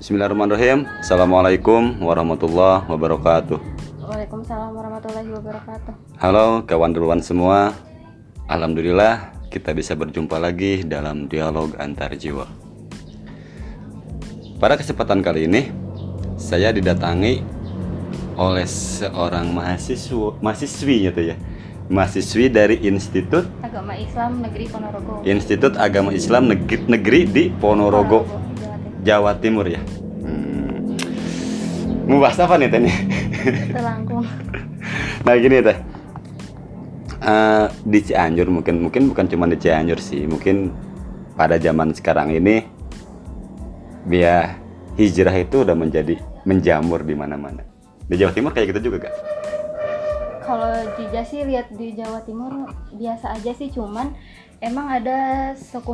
Bismillahirrahmanirrahim. Assalamualaikum warahmatullahi wabarakatuh. Waalaikumsalam warahmatullahi wabarakatuh. Halo kawan duluan semua. Alhamdulillah kita bisa berjumpa lagi dalam dialog antar jiwa. Pada kesempatan kali ini saya didatangi oleh seorang mahasiswi gitu ya. Mahasiswi dari Institut Agama Islam Negeri Ponorogo. Institut Agama Islam Negeri di Ponorogo, Jawa Timur ya. Mau bahas apa nih teh nih? Telangkung. Nah gini teh, di Cianjur mungkin bukan cuma di Cianjur sih, mungkin pada zaman sekarang ini biar hijrah itu udah menjamur di mana-mana. Di Jawa Timur kayak gitu juga gak? Kalau Jija sih lihat di Jawa Timur biasa aja sih, cuman emang ada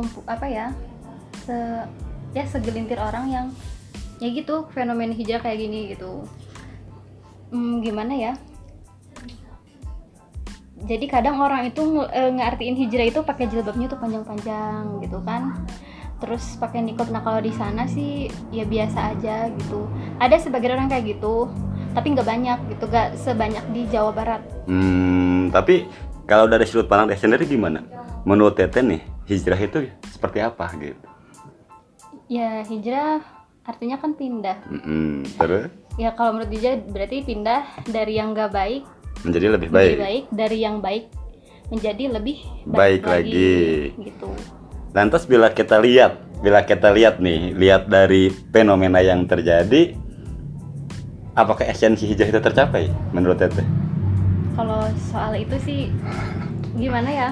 segelintir orang yang ya gitu fenomena hijrah kayak gini gitu. Gimana ya? Jadi kadang orang itu ngartiin hijrah itu pakai jilbabnya tuh panjang-panjang gitu kan. Terus pakai niqab. Nah kalau di sana sih ya biasa aja gitu. Ada sebagian orang kayak gitu, tapi nggak banyak gitu, nggak sebanyak di Jawa Barat. Tapi kalau dari sudut pandang Teh sendiri gimana? Menurut Teteh nih, hijrah itu seperti apa gitu? Ya hijrah artinya kan pindah. Terus? Ya kalau menurut Dija berarti pindah dari yang nggak baik Menjadi lebih menjadi baik. baik, dari yang baik menjadi lebih Baik lagi. gitu. Lantas bila kita lihat nih, lihat dari fenomena yang terjadi, apakah esensi hijrah itu tercapai menurut Teteh? Kalau soal itu sih gimana ya?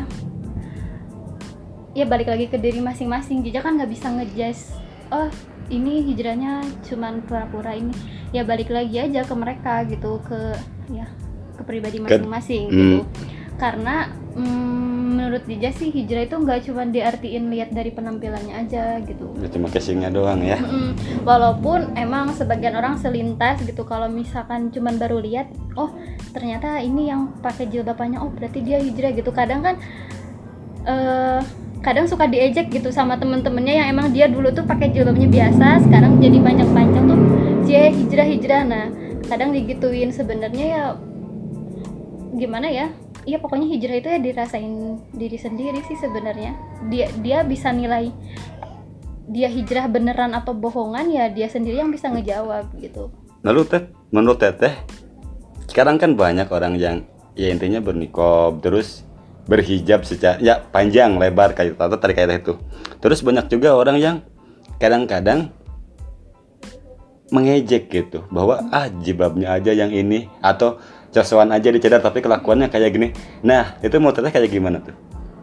Ya balik lagi ke diri masing-masing. Dija kan nggak bisa ngejudge, oh ini hijrahnya cuman pura-pura ini. Ya balik lagi aja ke mereka gitu, ke pribadi masing-masing gitu. Karena menurut Dija sih hijrah itu nggak cuma diartiin lihat dari penampilannya aja gitu. Ya, cuma casingnya doang ya. Walaupun emang sebagian orang selintas gitu, kalau misalkan cuman baru lihat, oh ternyata ini yang pakai jilbabannya, oh berarti dia hijrah gitu. Kadang kan kadang suka diejek gitu sama temen-temennya yang emang dia dulu tuh pakai jilbabnya biasa, sekarang jadi panjang-panjang tuh cie hijrah. Nah kadang digituin. Sebenarnya ya gimana ya, iya pokoknya hijrah itu ya dirasain diri sendiri sih sebenarnya. Dia bisa nilai dia hijrah beneran atau bohongan, ya dia sendiri yang bisa ngejawab gitu. Lalu Teh, menurut Teteh, sekarang kan banyak orang yang ya intinya berniqab, terus berhijab secara ya panjang lebar kayak atau tadi kayak itu. Terus banyak juga orang yang kadang-kadang mengejek gitu bahwa jilbabnya aja yang ini, atau cosokan aja dicadar tapi kelakuannya kayak gini. Nah itu menurut Teteh kayak gimana tuh?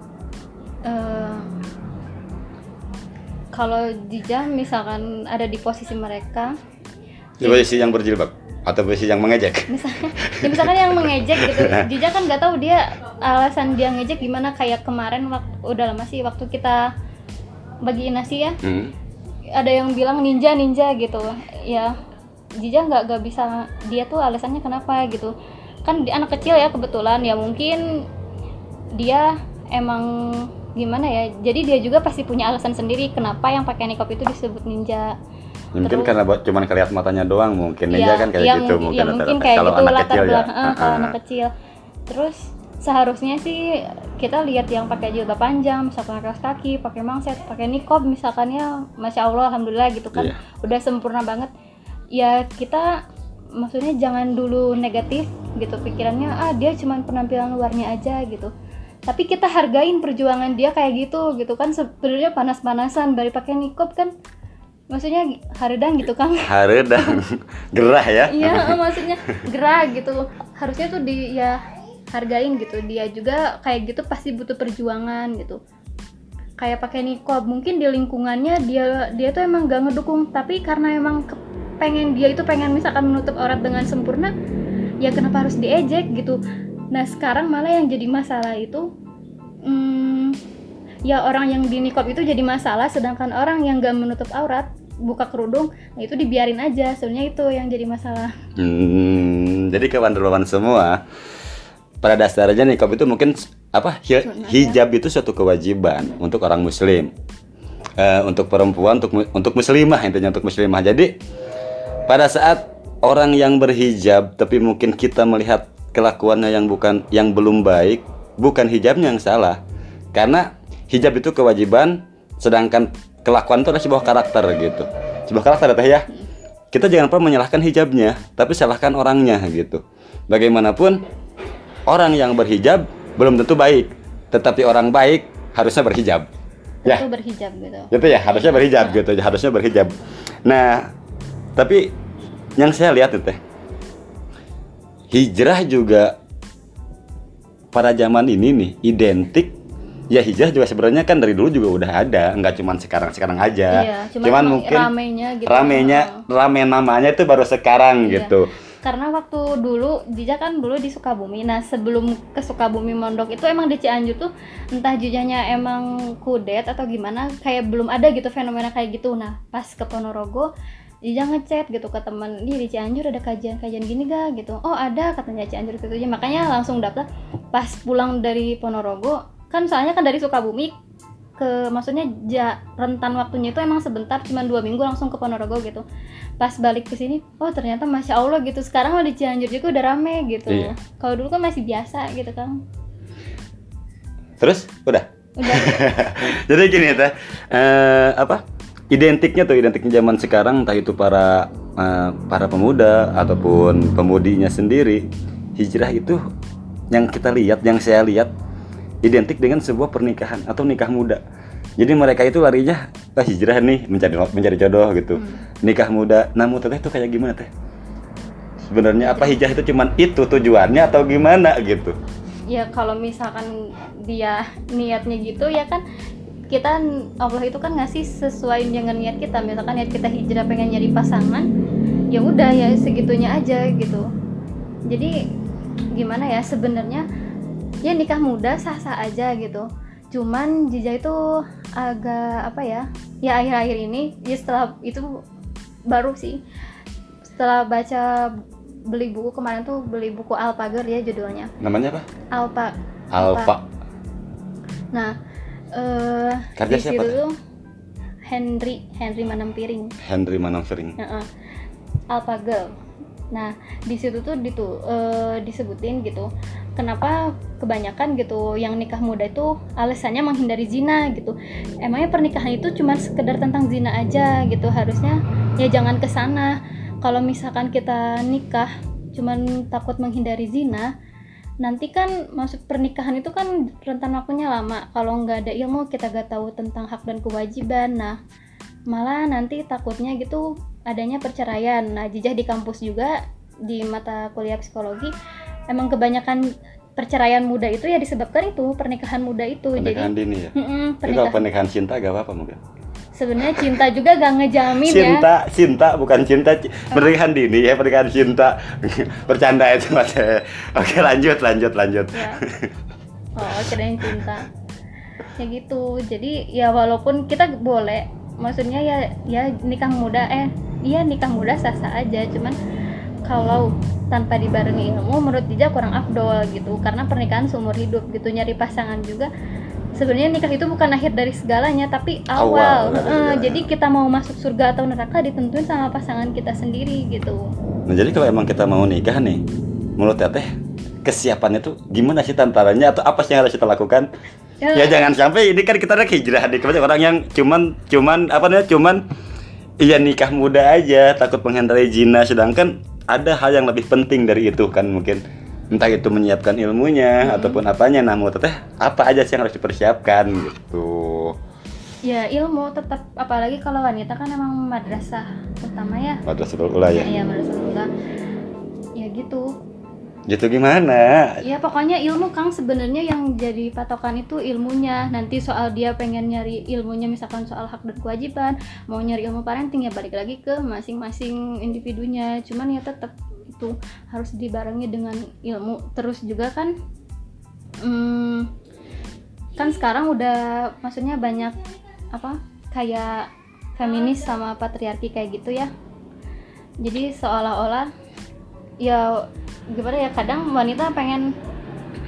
Kalau Dija misalkan ada di posisi mereka, Di posisi yang berjilbab atau posisi yang mengejek? misalkan yang mengejek gitu, Dija kan nggak tahu dia alasan dia ngejek gimana. Kayak kemarin udah lama sih waktu kita bagiin nasi ya, ada yang bilang ninja gitu ya. Dija nggak bisa, dia tuh alasannya kenapa gitu kan. Dia anak kecil ya kebetulan, ya mungkin dia emang gimana ya, jadi dia juga pasti punya alasan sendiri kenapa yang pakai niqab itu disebut ninja. Mungkin karena cuma kelihatan matanya doang, mungkin ninja kan kayak gitu. Mungkin kayak kalau gitu anak latar kecil ya. belakang kalau anak kecil. Terus seharusnya sih kita lihat yang pakai jilbab panjang, misalkan kaos kaki, pakai mangset, pakai niqab misalkan, ya masya Allah alhamdulillah gitu kan. Udah sempurna banget ya. Kita maksudnya jangan dulu negatif gitu pikirannya, dia cuma penampilan luarnya aja gitu. Tapi kita hargain perjuangan dia kayak gitu kan. Sebenarnya panas-panasan dari pakai niqab kan, maksudnya haredan gitu kan. Haredan gerah ya. Iya maksudnya gerah gitu. Harusnya tuh hargain gitu. Dia juga kayak gitu pasti butuh perjuangan gitu. Kayak pakai niqab, mungkin di lingkungannya dia tuh emang gak ngedukung, tapi karena emang dia itu pengen misalkan menutup aurat dengan sempurna, ya kenapa harus diejek gitu. Nah sekarang malah yang jadi masalah itu ya orang yang di niqab itu jadi masalah, sedangkan orang yang gak menutup aurat, buka kerudung, nah itu dibiarin aja. Sebenarnya itu yang jadi masalah. Jadi kawan-kawan semua, pada dasarnya niqab itu mungkin hijab itu suatu kewajiban untuk orang muslim. untuk perempuan, untuk muslimah, intinya untuk muslimah. Jadi pada saat orang yang berhijab tapi mungkin kita melihat kelakuannya yang belum baik, bukan hijabnya yang salah. Karena hijab itu kewajiban, sedangkan kelakuan itu adalah sebuah karakter gitu. Sebuah karakter teh ya. Kita jangan pernah menyalahkan hijabnya, tapi salahkan orangnya gitu. Bagaimanapun orang yang berhijab belum tentu baik, tetapi orang baik harusnya berhijab. Ya. Itu berhijab gitu. Gitu ya, harusnya berhijab gitu, harusnya berhijab. Nah, tapi yang saya lihat itu teh, hijrah juga pada zaman ini nih identik. Ya hijrah juga sebenarnya kan dari dulu juga udah ada, nggak cuman sekarang aja. Iya, cuman mungkin ramenya gitu. Rame namanya itu baru sekarang gitu. Karena waktu dulu Jija kan dulu di Sukabumi. Nah, sebelum ke Sukabumi mondok itu emang di Cianjur tuh entah Jijanya emang kudet atau gimana, kayak belum ada gitu fenomena kayak gitu. Nah, pas ke Ponorogo Jija ngechat gitu ke temen, di Cianjur ada kajian gini gak gitu. Oh ada, katanya Cianjur gitu aja. Makanya langsung daftar. Pas pulang dari Ponorogo kan, soalnya kan dari Sukabumi ke, maksudnya rentan waktunya itu emang sebentar, cuma 2 minggu langsung ke Ponorogo gitu. Pas balik ke sini, oh ternyata masya Allah gitu, sekarang di Cianjur juga udah rame gitu. Iya. Kalau dulu kan masih biasa gitu kan. Terus udah. Jadi gini ya, identiknya zaman sekarang, entah itu para pemuda ataupun pemudinya sendiri, hijrah itu yang kita lihat, yang saya lihat identik dengan sebuah pernikahan atau nikah muda. Jadi mereka itu larinya hijrah nih, mencari jodoh gitu. Nikah muda. Nah, menurut teh itu kayak gimana teh? Sebenarnya apa hijrah itu cuman itu tujuannya atau gimana gitu? Ya kalau misalkan dia niatnya gitu ya kan, kita Allah itu kan ngasih sesuai dengan niat kita. Misalkan niat kita hijrah pengen nyari pasangan, ya udah ya segitunya aja gitu. Jadi gimana ya, sebenarnya ya nikah muda sah-sah aja gitu. Cuman Jija itu agak ya akhir-akhir ini ya, setelah itu baru sih, setelah beli buku kemarin tuh, beli buku Alpager ya judulnya. Namanya apa? Alpa. Nah, di situ tuh Henry Manampiring. Alpager. Nah, di situ tuh disebutin gitu, kenapa kebanyakan gitu yang nikah muda itu alasannya menghindari zina gitu. Emangnya pernikahan itu cuma sekedar tentang zina aja gitu? Harusnya ya jangan ke sana. Kalau misalkan kita nikah cuman takut menghindari zina, nanti kan masuk pernikahan itu kan rentan waktunya lama. Kalau nggak ada ilmu, kita nggak tahu tentang hak dan kewajiban. Nah, malah nanti takutnya gitu adanya perceraian. Nah, Jijah di kampus juga di mata kuliah psikologi, emang kebanyakan perceraian muda itu ya disebabkan itu pernikahan muda itu. Pernikahan jadi dini ya. Kalau pernikahan cinta gak apa-apa mungkin. Sebenarnya cinta juga gak ngejamin ya. Cinta bukan cinta. Pernikahan dini ya, pernikahan cinta. Bercanda itu Mas. Oke, lanjut. Ya. Oh, kirain cinta. Ya gitu. Jadi ya walaupun kita boleh, maksudnya ya nikah muda sah-sah aja, cuman kalau tanpa dibarengi ilmu menurut Jija kurang afdol gitu, karena pernikahan seumur hidup gitu. Nyari pasangan juga sebenarnya nikah itu bukan akhir dari segalanya, tapi awal. Jadi kita mau masuk surga atau neraka ditentuin sama pasangan kita sendiri gitu. Nah, jadi kalau emang kita mau nikah nih, menurut Teteh kesiapannya tuh gimana sih, tantangannya atau apa sih yang harus kita lakukan? Ya jangan sampai ini kan kita ada hijrah nih, kebanyakan orang yang cuman nikah muda aja takut menghindari zina, sedangkan ada hal yang lebih penting dari itu kan, mungkin entah itu menyiapkan ilmunya ataupun apanya. Nah, menurut Teteh apa aja sih yang harus dipersiapkan gitu? Ya ilmu tetap, apalagi kalau wanita kan emang madrasah utama ya. Madrasatul Ula ya. Iya, madrasatul Ula. Ya gitu. Gitu gimana? Ya pokoknya ilmu Kang, sebenarnya yang jadi patokan itu ilmunya. Nanti soal dia pengen nyari ilmunya, misalkan soal hak dan kewajiban, mau nyari ilmu parenting ya balik lagi ke masing-masing individunya. Cuman ya tetap itu harus dibarengi dengan ilmu. Terus juga kan kan sekarang udah maksudnya banyak kayak feminis sama patriarki kayak gitu ya. Jadi seolah-olah ya gimana ya, kadang wanita pengen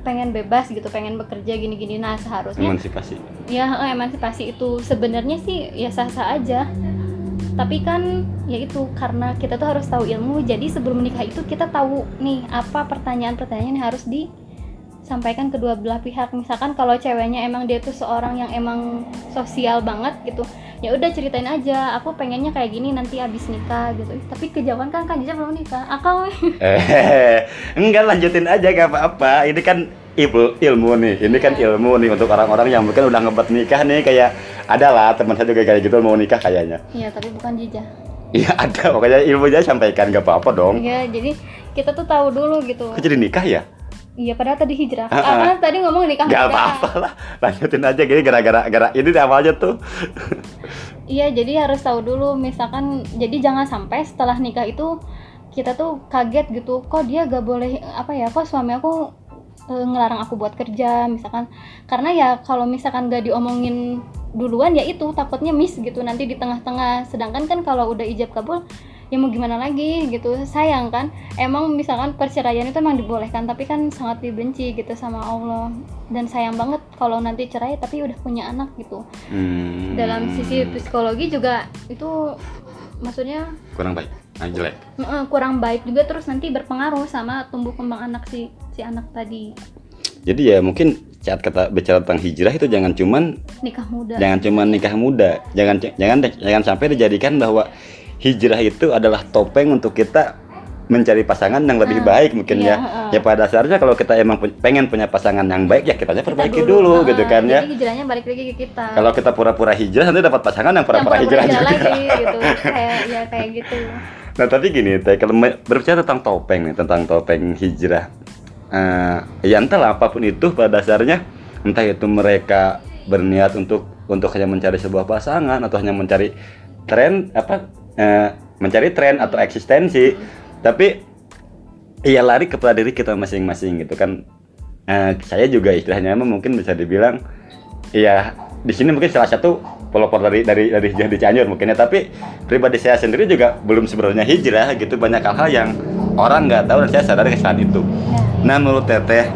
pengen bebas gitu, pengen bekerja gini-gini. Nah seharusnya Emansipasi. ya emansipasi itu sebenarnya sih ya sah-sah aja. Tapi kan ya itu karena kita tuh harus tahu ilmu, jadi sebelum menikah itu kita tahu nih apa pertanyaan-pertanyaan yang harus disampaikan kedua belah pihak. Misalkan kalau ceweknya emang dia tuh seorang yang emang sosial banget gitu, ya udah ceritain aja, aku pengennya kayak gini nanti abis nikah gitu. Tapi kejauhan kan Kak Jaja belum nikah, akal. Enggak, lanjutin aja gak apa-apa. Ini kan ilmu nih. Ini kan ilmu nih untuk orang-orang yang mungkin udah ngebet nikah nih, kayak ada lah teman saya juga kayak gitu mau nikah kayaknya. Iya, tapi bukan Jija. Iya ada, pokoknya ilmu aja sampaikan gak apa-apa dong. Iya, jadi kita tuh tahu dulu gitu. Kok jadi nikah ya? Iya, padahal tadi hijrah. Kan tadi ngomong nikah. Gak apa-apa lah, lanjutin aja gini gara-gara ini awalnya tuh. Iya, jadi harus tahu dulu misalkan, jadi jangan sampai setelah nikah itu kita tuh kaget gitu, kok dia gak boleh kok suami aku ngelarang aku buat kerja misalkan. Karena ya kalau misalkan gak diomongin duluan ya itu takutnya miss gitu nanti di tengah-tengah. Sedangkan kan kalau udah ijab kabul ya mau gimana lagi gitu. Sayang kan, emang misalkan perceraian itu emang dibolehkan tapi kan sangat dibenci gitu sama Allah. Dan sayang banget kalau nanti cerai tapi udah punya anak gitu. Dalam sisi psikologi juga itu maksudnya Kurang baik, jelek. Kurang baik juga, terus nanti berpengaruh sama tumbuh kembang anak si anak tadi. Jadi ya mungkin saat kita bicara tentang hijrah itu jangan cuman nikah muda. Jangan sampai dijadikan bahwa hijrah itu adalah topeng untuk kita mencari pasangan yang lebih baik mungkin ya pada dasarnya kalau kita emang pengen punya pasangan yang baik ya kita perbaiki dulu gitu kan ya. Jadi hijrahnya balik lagi ke kita. Kalau kita pura-pura hijrah nanti dapat pasangan yang pura-pura hijrah juga. Lagi gitu. kayak gitu. Nah tapi gini Teh, kalau berbicara tentang topeng nih, tentang topeng hijrah, ya entahlah apapun itu pada dasarnya, entah itu mereka berniat untuk hanya mencari sebuah pasangan atau hanya mencari tren mencari tren atau eksistensi, tapi ya lari kepada diri kita masing-masing gitu kan. Saya juga istilahnya mungkin bisa dibilang ya di sini mungkin salah satu pelopor dari hijrah di Cianjur mungkin ya, tapi pribadi saya sendiri juga belum sebenarnya hijrah gitu. Banyak hal-hal yang orang nggak tahu dan saya sadar kesalahan itu. Nah menurut Teteh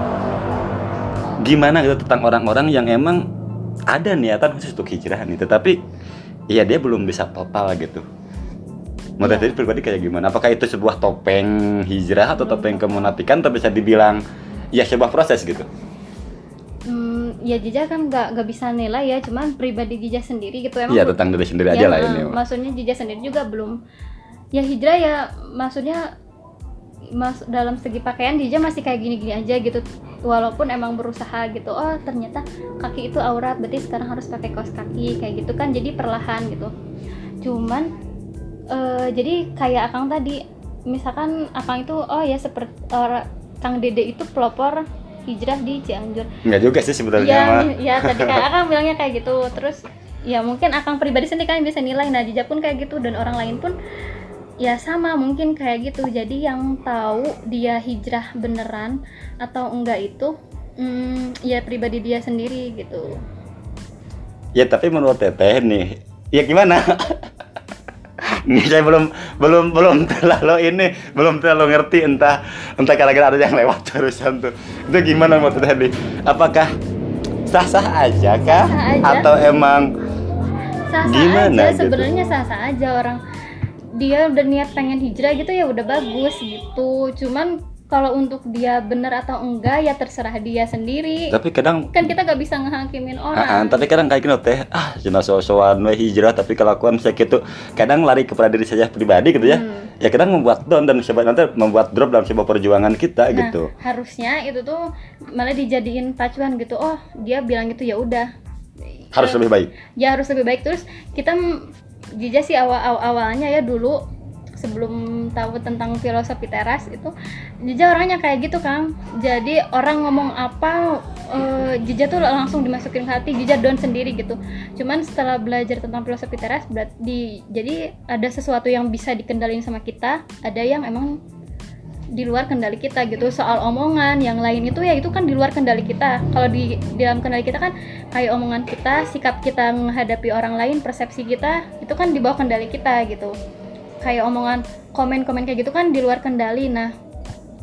gimana gitu tentang orang-orang yang emang ada niatan khusus untuk hijrah nih, tetapi ya dia belum bisa total gitu. Menurut Teteh pribadi kayak gimana? Apakah itu sebuah topeng hijrah atau topeng kemunafikan, atau bisa dibilang ya sebuah proses gitu? Ya Jija kan nggak bisa nilai ya, cuman pribadi Jija sendiri gitu emang. Iya tentang diri sendiri aja lah ini. Maksudnya Jija sendiri juga belum ya hijrah ya, maksudnya dalam segi pakaian Jija masih kayak gini-gini aja gitu, walaupun emang berusaha gitu. Oh ternyata kaki itu aurat, berarti sekarang harus pakai kaos kaki kayak gitu kan, jadi perlahan gitu. Cuman jadi kayak Akang tadi, misalkan Akang itu oh ya seperti Kang Dede itu pelopor hijrah di Cianjur. Enggak juga sih sebenarnya. Ya tadi kan Akang bilangnya kayak gitu. Terus ya mungkin Akang pribadi sendiri kan bisa nilai. Nah Jija pun kayak gitu dan orang lain pun ya sama mungkin kayak gitu. Jadi yang tahu dia hijrah beneran atau enggak itu ya pribadi dia sendiri gitu. Ya tapi menurut Teteh nih, ya gimana? Saya belum terlalu ngerti, entah gara-gara ada yang lewat terusan tuh. Itu gimana menurut Teteh? Apakah sah-sah aja kah? Atau emang sah-sah aja sebenarnya? Sah-sah aja, orang dia udah niat pengen hijrah gitu ya udah bagus gitu. Cuman kalau untuk dia benar atau enggak ya terserah dia sendiri. Tapi kadang kan kita gak bisa ngehakimin orang. Tapi kadang kayak gini Teh, cina so-soan hijrah tapi kelakuan saya gitu. Kadang lari kepada diri saya pribadi gitu ya. Ya kadang membuat down dan nanti membuat drop dalam sebuah perjuangan kita gitu. Harusnya itu tuh malah dijadiin pacuan gitu. Oh, dia bilang gitu ya udah. Harus lebih baik. Ya harus lebih baik. Terus kita Jija sih awalnya ya dulu sebelum tahu tentang filosofi teras itu Jija orangnya kayak gitu Kang. Jadi orang ngomong apa Jija tuh langsung dimasukin ke hati, Jija down sendiri gitu. Cuman setelah belajar tentang filosofi teras jadi ada sesuatu yang bisa dikendalin sama kita, ada yang emang di luar kendali kita gitu. Soal omongan yang lain itu ya itu kan di luar kendali kita. Kalau di dalam kendali kita kan kayak omongan kita, sikap kita menghadapi orang lain, persepsi kita itu kan di bawah kendali kita gitu. Kayak omongan komen-komen kayak gitu kan di luar kendali. Nah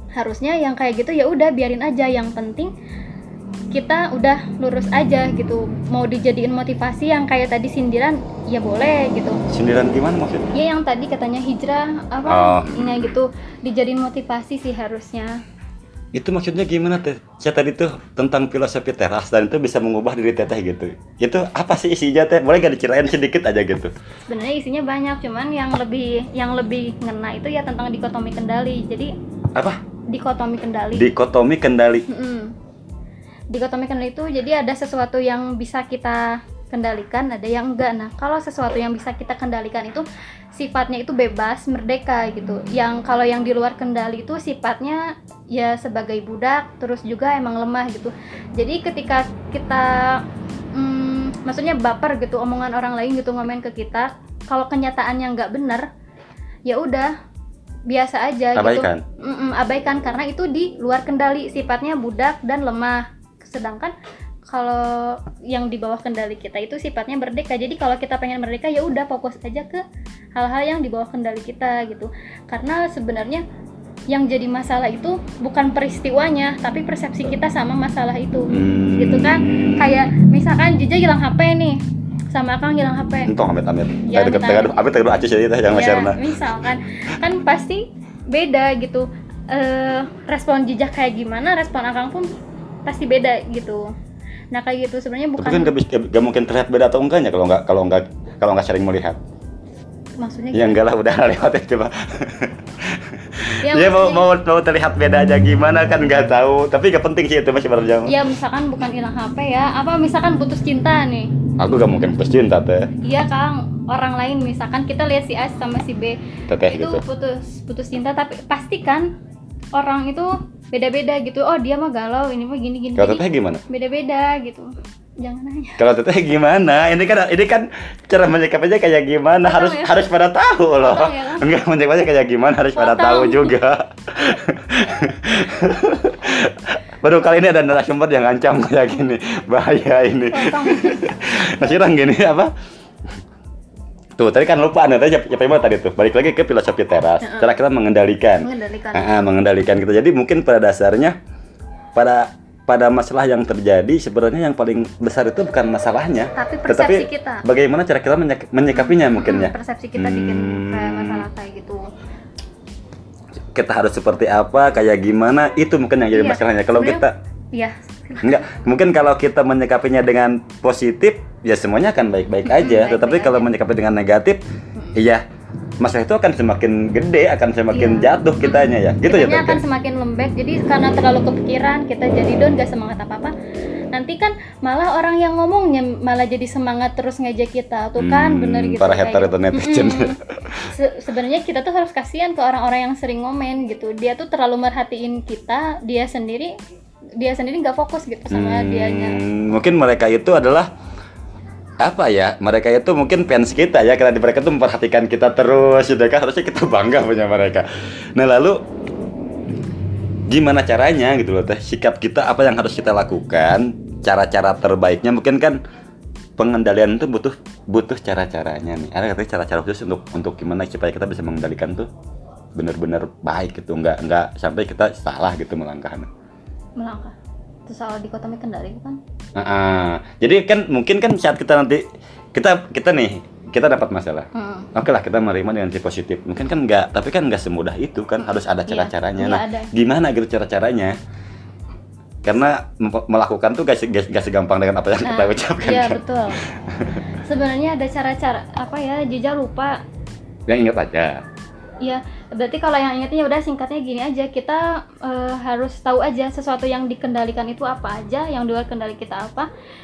Harusnya yang kayak gitu ya udah biarin aja, yang penting kita udah lurus aja gitu. Mau dijadiin motivasi yang kayak tadi sindiran ya boleh gitu. Sindiran gimana maksudnya? Ya yang tadi katanya hijrah apa ini gitu, dijadiin motivasi sih harusnya. Itu maksudnya gimana teh? Saya tadi tuh tentang filosofi teras dan itu bisa mengubah diri teteh gitu. Itu apa sih isinya teh? Boleh gak diceritain sedikit aja gitu? Sebenarnya isinya banyak, cuman yang lebih ngena itu ya tentang dikotomi kendali. Jadi apa? Dikotomi kendali. Dikotomi kendali. Dikotomi kendali itu jadi ada sesuatu yang bisa kita kendalikan, ada yang enggak. Nah, kalau sesuatu yang bisa kita kendalikan itu sifatnya itu bebas, merdeka gitu. Yang kalau yang di luar kendali itu sifatnya ya sebagai budak, terus juga emang lemah gitu. Jadi ketika kita maksudnya baper gitu, omongan orang lain gitu ngomongin ke kita, kalau kenyataannya nggak benar, ya udah biasa aja abaikan. Gitu. Abaikan karena itu di luar kendali, sifatnya budak dan lemah. Sedangkan kalau yang di bawah kendali kita itu sifatnya merdeka. Jadi kalau kita pengen merdeka ya udah fokus aja ke hal-hal yang di bawah kendali kita gitu. Karena sebenarnya yang jadi masalah itu bukan peristiwanya, tapi persepsi kita sama masalah itu. Gitu kan? Kayak misalkan Jija hilang HP nih, sama Akang hilang HP. Entong amit-amit. Ya, amit tegur aja jadi teh jangan masyarna. Misalkan kan pasti beda gitu. Respon Jija kayak gimana, respon Akang pun pasti beda gitu. Nah kayak gitu sebenarnya bukan. Tapi kan gak mungkin terlihat beda atau enggaknya kalau nggak sering melihat. Maksudnya? Ya enggak lah, udah lewat itu mah. Ya mau terlihat beda aja gimana kan nggak tahu. Tapi gak penting sih itu masih berjam. Ya misalkan bukan hilang HP ya, apa misalkan putus cinta nih. Aku gak mungkin putus cinta teh. Iya Kang, orang lain misalkan kita lihat si A sama si B teteh itu gitu. putus cinta, tapi pastikan orang itu beda-beda gitu. Oh dia mah galau, ini mah gini-gini. Kalau teteh gimana? Beda-beda gitu. Jangan nanya. Kalau teteh gimana? Ini kan cara menyikapinya kayak gimana? Harus pada tahu loh. Ya, kan? Enggak menyikapinya kayak gimana harus pada tahu juga. Baru kali ini ada narasumber yang ancam kayak gini. Bahaya ini. Masih orang gini apa? Tuh, tadi kan lupa nih, tadi tadi tuh. Balik lagi ke filosofi teras. Cara kita mengendalikan. Mengendalikan kita. Jadi mungkin pada dasarnya pada masalah yang terjadi sebenarnya yang paling besar itu bukan masalahnya, tapi persepsi kita. Bagaimana cara kita menyikapinya mungkin ya. Persepsi kita bikin kayak masalah kayak gitu. Kita harus seperti apa, kayak gimana, itu mungkin yang jadi masalahnya. Kalau kita enggak, mungkin kalau kita menyikapinya dengan positif, ya semuanya akan baik-baik aja. Tetapi kalau menyikapi dengan negatif, iya masalah itu akan semakin gede, akan semakin jatuh kitanya ya. Gitu ya. Kitanya akan semakin lembek. Jadi karena terlalu kepikiran, kita jadi down, gak semangat apa-apa. Nanti kan malah orang yang ngomongnya malah jadi semangat terus ngejek kita. Tuh kan bener gitu. Para hater itu netizen. Sebenarnya kita tuh harus kasihan ke orang-orang yang sering ngomen gitu. Dia tuh terlalu merhatiin kita, dia sendiri nggak fokus gitu sama dianya. Mungkin mereka itu adalah apa ya? Mereka itu mungkin fans kita ya, karena mereka tuh memperhatikan kita terus, gitu kan. Harusnya kita bangga punya mereka. Nah lalu gimana caranya gitu loh teh? Sikap kita apa yang harus kita lakukan? Cara-cara terbaiknya mungkin kan pengendalian itu butuh cara-caranya nih. Ada katanya cara-cara khusus untuk gimana supaya kita bisa mengendalikan tuh benar-benar baik gitu, nggak sampai kita salah gitu melangkah. Itu soal dikotomi kendali kan? Jadi kan mungkin kan saat kita nanti kita dapat masalah, oke lah kita menerima dengan si positif. Mungkin kan nggak, tapi kan nggak semudah itu kan, harus ada cara-caranya. Nah gimana gitu cara-caranya? Karena melakukan tuh gak segampang dengan apa yang kita ucapkan. Iya kan? Betul. Sebenarnya ada cara-cara apa ya? Jija lupa. Yang ingat aja. Iya, berarti kalau yang ingatnya udah singkatnya gini aja, kita harus tahu aja sesuatu yang dikendalikan itu apa aja, yang di luar kendali kita apa,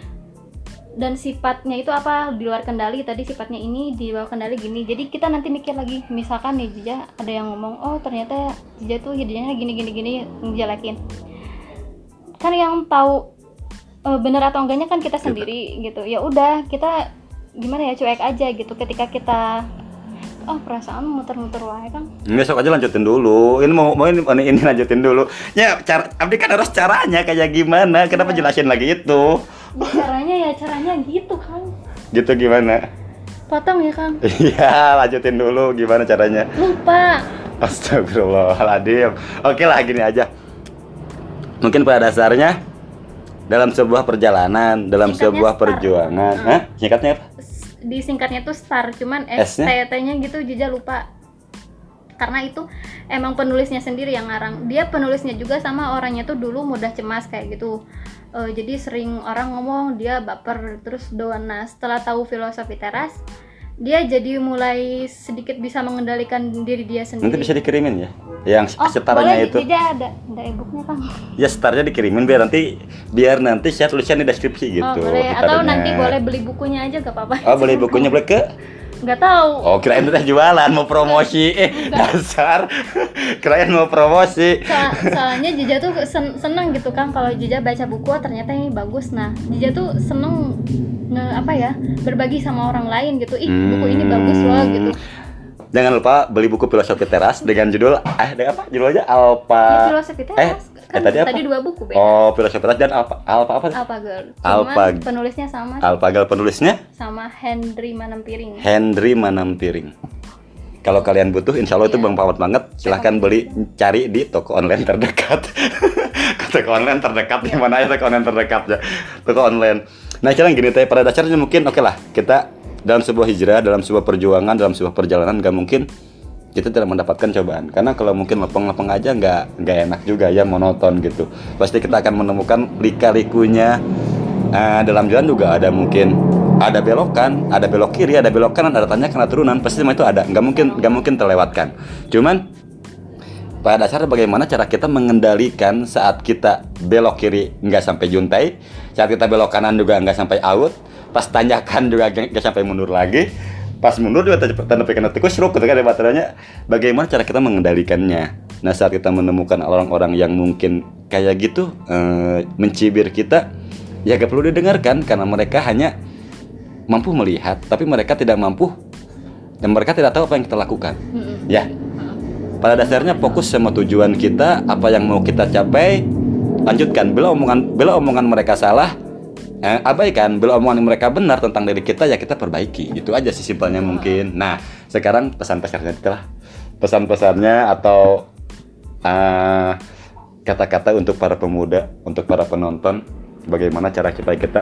dan sifatnya itu apa di luar kendali. Tadi sifatnya ini, di bawah kendali gini. Jadi kita nanti mikir lagi, misalkan nih Jija ada yang ngomong, oh ternyata Jija tuh hidupnya gini ngejelekin. Kan yang tahu benar atau enggaknya kan kita sendiri gitu. Ya udah kita gimana ya, cuek aja gitu. Ketika kita perasaan muter-muter wae kan. Besok aja lanjutin dulu. Ini mau ini lanjutin dulu. Ya, abdi kan harus caranya kayak gimana? Kenapa jelasin lagi itu? Caranya gitu, Kang. Gitu gimana? Potong ya, Kang. Iya, lanjutin dulu gimana caranya. Lupa. Astagfirullahaladzim. Oke lah, gini aja. Mungkin pada dasarnya dalam sebuah perjalanan, dalam Singkatnya sebuah STAR. perjuangan, singkatnya apa? Disingkatnya tuh STAR, cuman S-nya? STT-nya gitu Jija lupa. Karena itu emang penulisnya sendiri yang ngarang. Dia penulisnya juga sama orangnya tuh dulu mudah cemas kayak gitu. Jadi sering orang ngomong dia baper terus down. Nah, setelah tahu filosofi teras, dia jadi mulai sedikit bisa mengendalikan diri dia sendiri. Nanti bisa dikirimin ya, yang boleh, setaranya itu. Jija ada e-booknya kan. Ya setarnya dikirimin biar nanti saya tulisnya di deskripsi gitu. Boleh. Atau setarnya. nanti boleh beli bukunya aja gak apa-apa. Oh, beli bukunya, boleh ke? Nggak tahu. Oh, kirain udah jualan, mau promosi. Dasar. Kirain mau promosi. Soalnya Jija tuh seneng gitu kan kalau Jija baca buku ternyata ini bagus. Nah, Jija tuh seneng berbagi sama orang lain gitu. Buku ini bagus loh gitu. Jangan lupa beli buku Filosofi Teras dengan judul apa? Judulnya Ya, filosofi teras. Kan tadi apa? tadi 2 buku beda. Oh, Filosofi Teras dan apa? Alpagirl. Cuman penulisnya sama. Alpagirl penulisnya Sama Henry Manampiring. Kalau kalian butuh, insya Allah itu Bang Pawat banget. Silahkan cari di toko online terdekat. Toko online terdekat di mana ya toko online terdekatnya? Toko online. Nah, sekarang gini teh, pada dasarnya mungkin oke lah, kita dalam sebuah hijrah, dalam sebuah perjuangan, dalam sebuah perjalanan, gak mungkin kita tidak mendapatkan cobaan. Karena kalau mungkin lepeng-lepeng aja nggak enak juga ya, monoton gitu. Pasti kita akan menemukan lika-likunya. Dalam jalan juga ada mungkin ada belokan, ada belok kiri, ada belok kanan, ada tanjakan, ada turunan, pasti semua itu ada. Nggak mungkin terlewatkan. Cuman pada dasarnya bagaimana cara kita mengendalikan saat kita belok kiri nggak sampai juntai, saat kita belok kanan juga nggak sampai out, pas tanjakan juga nggak sampai mundur lagi, pas mundur juga tanda pikan tikus seruk gitu kan baterainya. Bagaimana cara kita mengendalikannya? Nah, saat kita menemukan orang-orang yang mungkin kayak gitu mencibir kita, ya gak perlu didengarkan karena mereka hanya mampu melihat, tapi mereka tidak mampu dan mereka tidak tahu apa yang kita lakukan. Ya. Pada dasarnya fokus sama tujuan kita, apa yang mau kita capai, lanjutkan. Bila omongan mereka salah, abaikan. Bila omongan mereka benar tentang diri kita, ya kita perbaiki. Itu aja sih simpelnya mungkin. Nah, sekarang pesan-pesannya itulah. Pesan-pesannya atau kata-kata untuk para pemuda, untuk para penonton, bagaimana cara supaya kita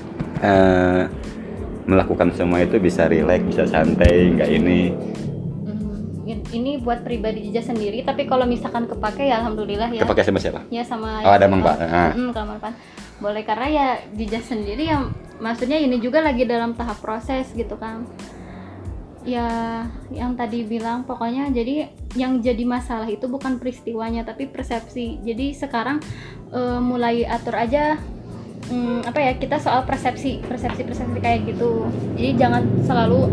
melakukan semua itu bisa rileks, bisa santai, nggak ini. Ini buat pribadi Jija sendiri, tapi kalau misalkan kepake ya alhamdulillah ya. Kepake sama siapa? Ya sama. Oh, ada manfaat. Kalau manfaat boleh, karena ya Jija sendiri yang maksudnya ini juga lagi dalam tahap proses gitu kan. Ya yang tadi bilang pokoknya jadi yang jadi masalah itu bukan peristiwanya tapi persepsi. Jadi sekarang mulai atur aja kita soal persepsi kayak gitu. Jadi jangan selalu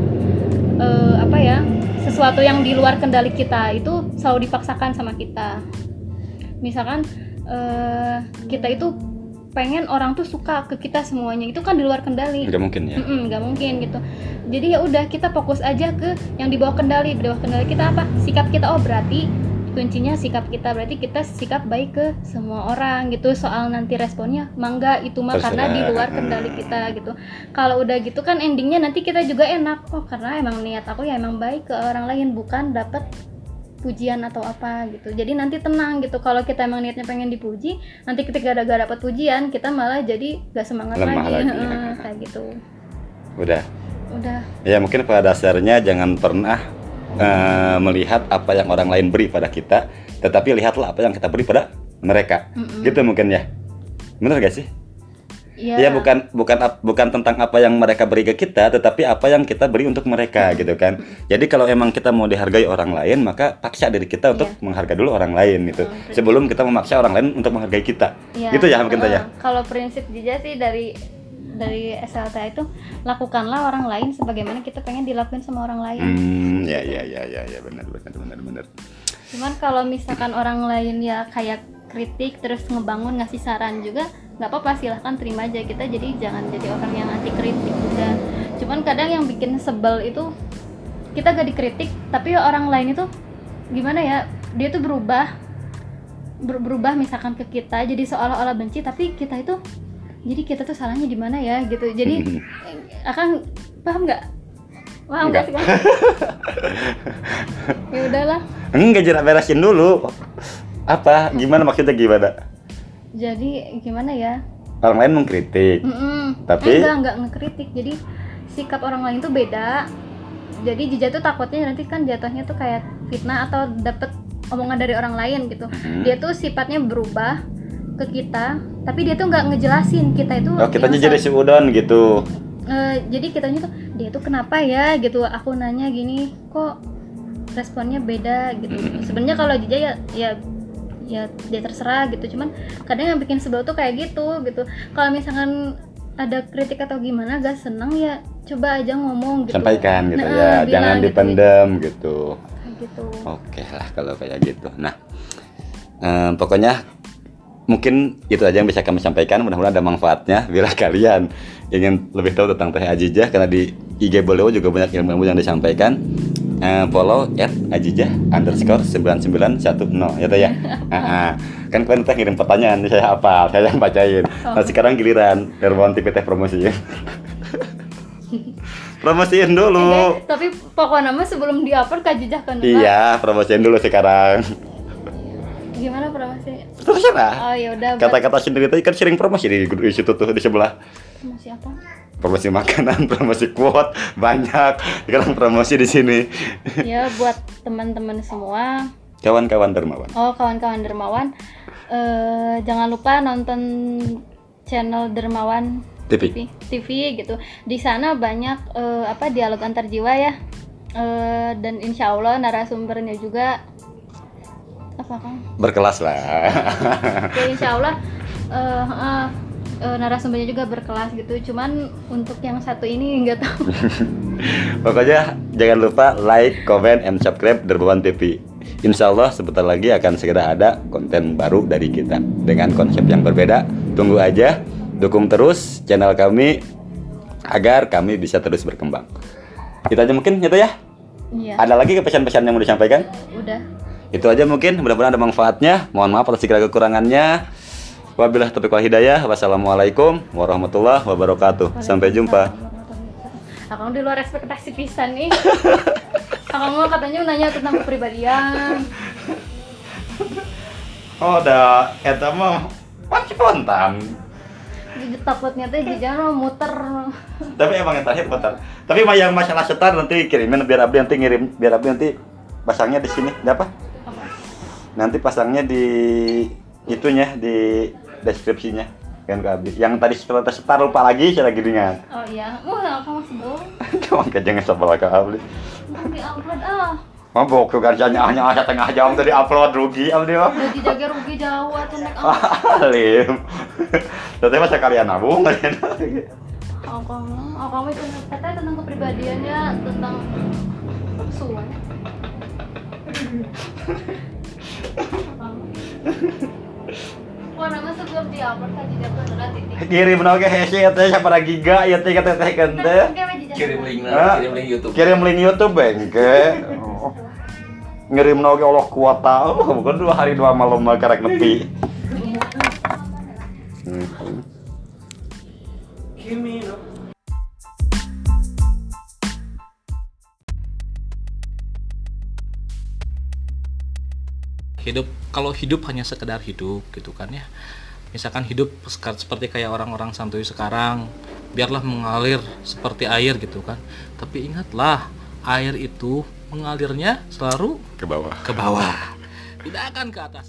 sesuatu yang di luar kendali kita itu selalu dipaksakan sama kita. Misalkan kita itu pengen orang tuh suka ke kita semuanya, itu kan di luar kendali. Nggak mungkin ya. Nggak mungkin gitu. Jadi ya udah kita fokus aja ke yang di bawah kendali. Di bawah kendali kita apa? Sikap kita. Oh berarti kuncinya sikap kita, berarti kita sikap baik ke semua orang gitu. Soal nanti responnya mangga itu mah karena di luar kendali kita gitu. Kalau udah gitu kan endingnya nanti kita juga enak, oh karena emang niat aku ya emang baik ke orang lain, bukan dapat pujian atau apa gitu. Jadi nanti tenang gitu. Kalau kita emang niatnya pengen dipuji, nanti ketika gak dapat pujian kita malah jadi gak semangat lagi. Kayak gitu. Udah. Ya mungkin pada dasarnya jangan pernah melihat apa yang orang lain beri pada kita, tetapi lihatlah apa yang kita beri pada mereka. Gitu mungkin ya. Benar gak sih? Ya bukan tentang apa yang mereka beri ke kita, tetapi apa yang kita beri untuk mereka gitu kan. Jadi kalau emang kita mau dihargai orang lain, maka paksa diri kita untuk menghargai dulu orang lain gitu. Sebelum kita memaksa orang lain untuk menghargai kita. Gitu ya mungkin ya. Kalau prinsip Jija sih dari SLT itu, lakukanlah orang lain sebagaimana kita pengen dilakuin sama orang lain. Ya benar. Cuman kalau misalkan orang lain ya kayak kritik terus ngebangun, ngasih saran juga nggak apa-apa, silahkan terima aja. Kita jadi jangan jadi orang yang anti kritik juga. Cuman kadang yang bikin sebel itu kita gak dikritik tapi orang lain itu gimana ya, dia tuh berubah misalkan ke kita jadi seolah-olah benci, tapi kita itu jadi kita tuh salahnya di mana ya gitu. Jadi akan paham nggak? Wah, enggak sih kan? Ya udahlah. Enggak, jelas beresin dulu. Apa? Gimana maksudnya gimana? Jadi gimana ya? Orang lain mengkritik. Tapi enggak ngekritik. Jadi sikap orang lain tuh beda. Jadi Jija tuh takutnya nanti kan jatuhnya tuh kayak fitnah atau dapet omongan dari orang lain gitu. Dia tuh sifatnya berubah ke kita, tapi dia tuh nggak ngejelasin kita itu. Oh, kitanya jadi si udon gitu. Jadi kitanya tuh dia tuh kenapa ya gitu. Aku nanya gini, kok responnya beda gitu. Sebenarnya kalau Jija ya dia terserah gitu. Cuman kadang yang bikin sebel tuh kayak gitu. Kalau misalkan ada kritik atau gimana gak seneng ya coba aja ngomong gitu. Sampaikan gitu ya, jangan dipendam gitu. Gitu. Oke lah kalau kayak gitu. Nah, pokoknya mungkin itu aja yang bisa kami sampaikan. Mudah-mudahan ada manfaatnya. Bila kalian ingin lebih tahu tentang Teh Ajijah, karena di IG beliau juga banyak ilmu yang disampaikan, follow @ajijah_9910 ya Teh ya. Kan kalian Teh ngirim pertanyaan, saya hafal, saya yang bacain. Nah sekarang giliran Dermawan TV Teh promosiin. Promosiin dulu. Tapi pokoknya mah sebelum di-upload Kak Jijah kan. Iya, promosiin dulu sekarang. Gimana promosi? Terserah. Oh ya udah. Kata-kata sendiri tadi kan sering promosi di situ tuh di sebelah. Promosi apa? Promosi makanan, promosi quote, banyak. Sekarang promosi di sini. Ya buat teman-teman semua. Kawan-kawan dermawan. Oh, kawan-kawan dermawan. Jangan lupa nonton channel Dermawan TV gitu. Di sana banyak dialog antar jiwa ya. Dan insya Allah narasumbernya juga apa Kang? Berkelas lah. Ya insya Allah narasumbernya juga berkelas gitu. Cuman untuk yang satu ini nggak tahu. Pokoknya jangan lupa like, comment, and subscribe Dermawan TV. Insya Allah sebentar lagi akan segera ada konten baru dari kita dengan konsep yang berbeda. Tunggu aja, dukung terus channel kami agar kami bisa terus berkembang. Itu aja mungkin gitu ya. Iya. Ada lagi pesan-pesan yang mau disampaikan? Udah. Itu aja mungkin, mudah-mudahan ada manfaatnya. Mohon maaf atas segala kekurangannya. Wabillahi taufiq wal hidayah. Wassalamualaikum warahmatullahi wabarakatuh. Sampai jumpa. Akang di luar ekspektasi pisan nih. Akang mah katanya nanya tentang kepribadian. Oh, udah eta mah pasti spontan. Jadi takutnya teh Jija mah muter. Tapi emang yang terakhir bentar. Tapi yang masalah setar nanti kirimin biar Abdi nanti ngirim, biar Abdi nanti pasangnya di sini. Ada apa? Nanti pasangnya di itunya, di deskripsinya kan ke Abdi. Yang tadi setar lupa lagi, saya lagi dengan. Oh iya, aku masih belum. Jangan jangan sabar ke Abdi. Nanti upload Mabok ke gancanya hanya setengah jam tadi upload rugi Abdi mah. Udah dijaga rugi jauh atau naik Alim. Tapi masa kalian nabung kalian. Kamu itu katanya tentang kepribadiannya, tentang suan. Wah, nama sebelum di-upload Kak Jija tuh adalah titik. Kirim oke hese teh sabaraha giga ieu teh kata teh teh. Kirim link YouTube. Kirim link YouTube bengke. Ngirim oge Allah kuota. Bukan 2 hari 2 malam mah karek nepi. Kalau hidup hanya sekedar hidup gitu kan ya, misalkan hidup seperti kayak orang-orang santuy sekarang, biarlah mengalir seperti air gitu kan, tapi ingatlah air itu mengalirnya selalu Ke bawah. tidak akan ke atas.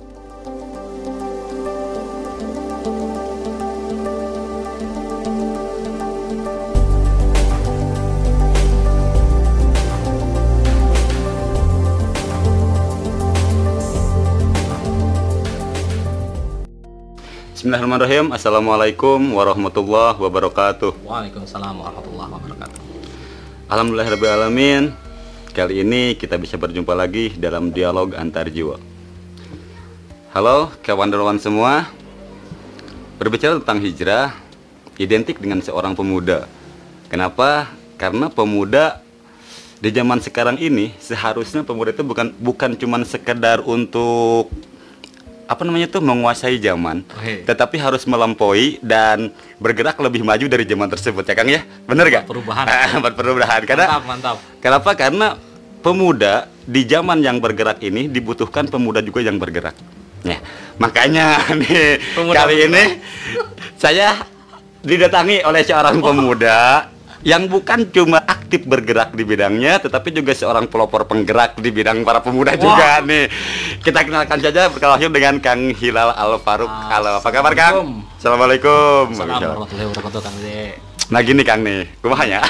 Bismillahirrahmanirrahim. Assalamualaikum warahmatullahi wabarakatuh. Waalaikumsalam warahmatullahi wabarakatuh. Alhamdulillahirrahmanirrahim. Kali ini kita bisa berjumpa lagi dalam dialog antar jiwa. Halo kawan dermawan semua. Berbicara tentang hijrah identik dengan seorang pemuda. Kenapa? Karena pemuda di zaman sekarang ini seharusnya pemuda itu bukan cuman sekedar untuk apa namanya tuh menguasai zaman, Oke. tetapi harus melampaui dan bergerak lebih maju dari zaman tersebut ya Kang ya, bener gak? Perubahan. Perubahan karena Mantap. kenapa? Karena pemuda di zaman yang bergerak ini dibutuhkan pemuda juga yang bergerak. Ya, makanya nih Pemuda kali ini saya didatangi oleh seorang pemuda yang bukan cuma aktif bergerak di bidangnya, tetapi juga seorang pelopor penggerak di bidang para pemuda juga nih. Kita kenalkan saja berkelahi dengan Kang Hilal Al Faruq. Halo, apa kabar Kang? Assalamualaikum. Assalamualaikum warahmatullahi wabarakatuh Kang Dede. Nah gini Kang nih, kumahanya.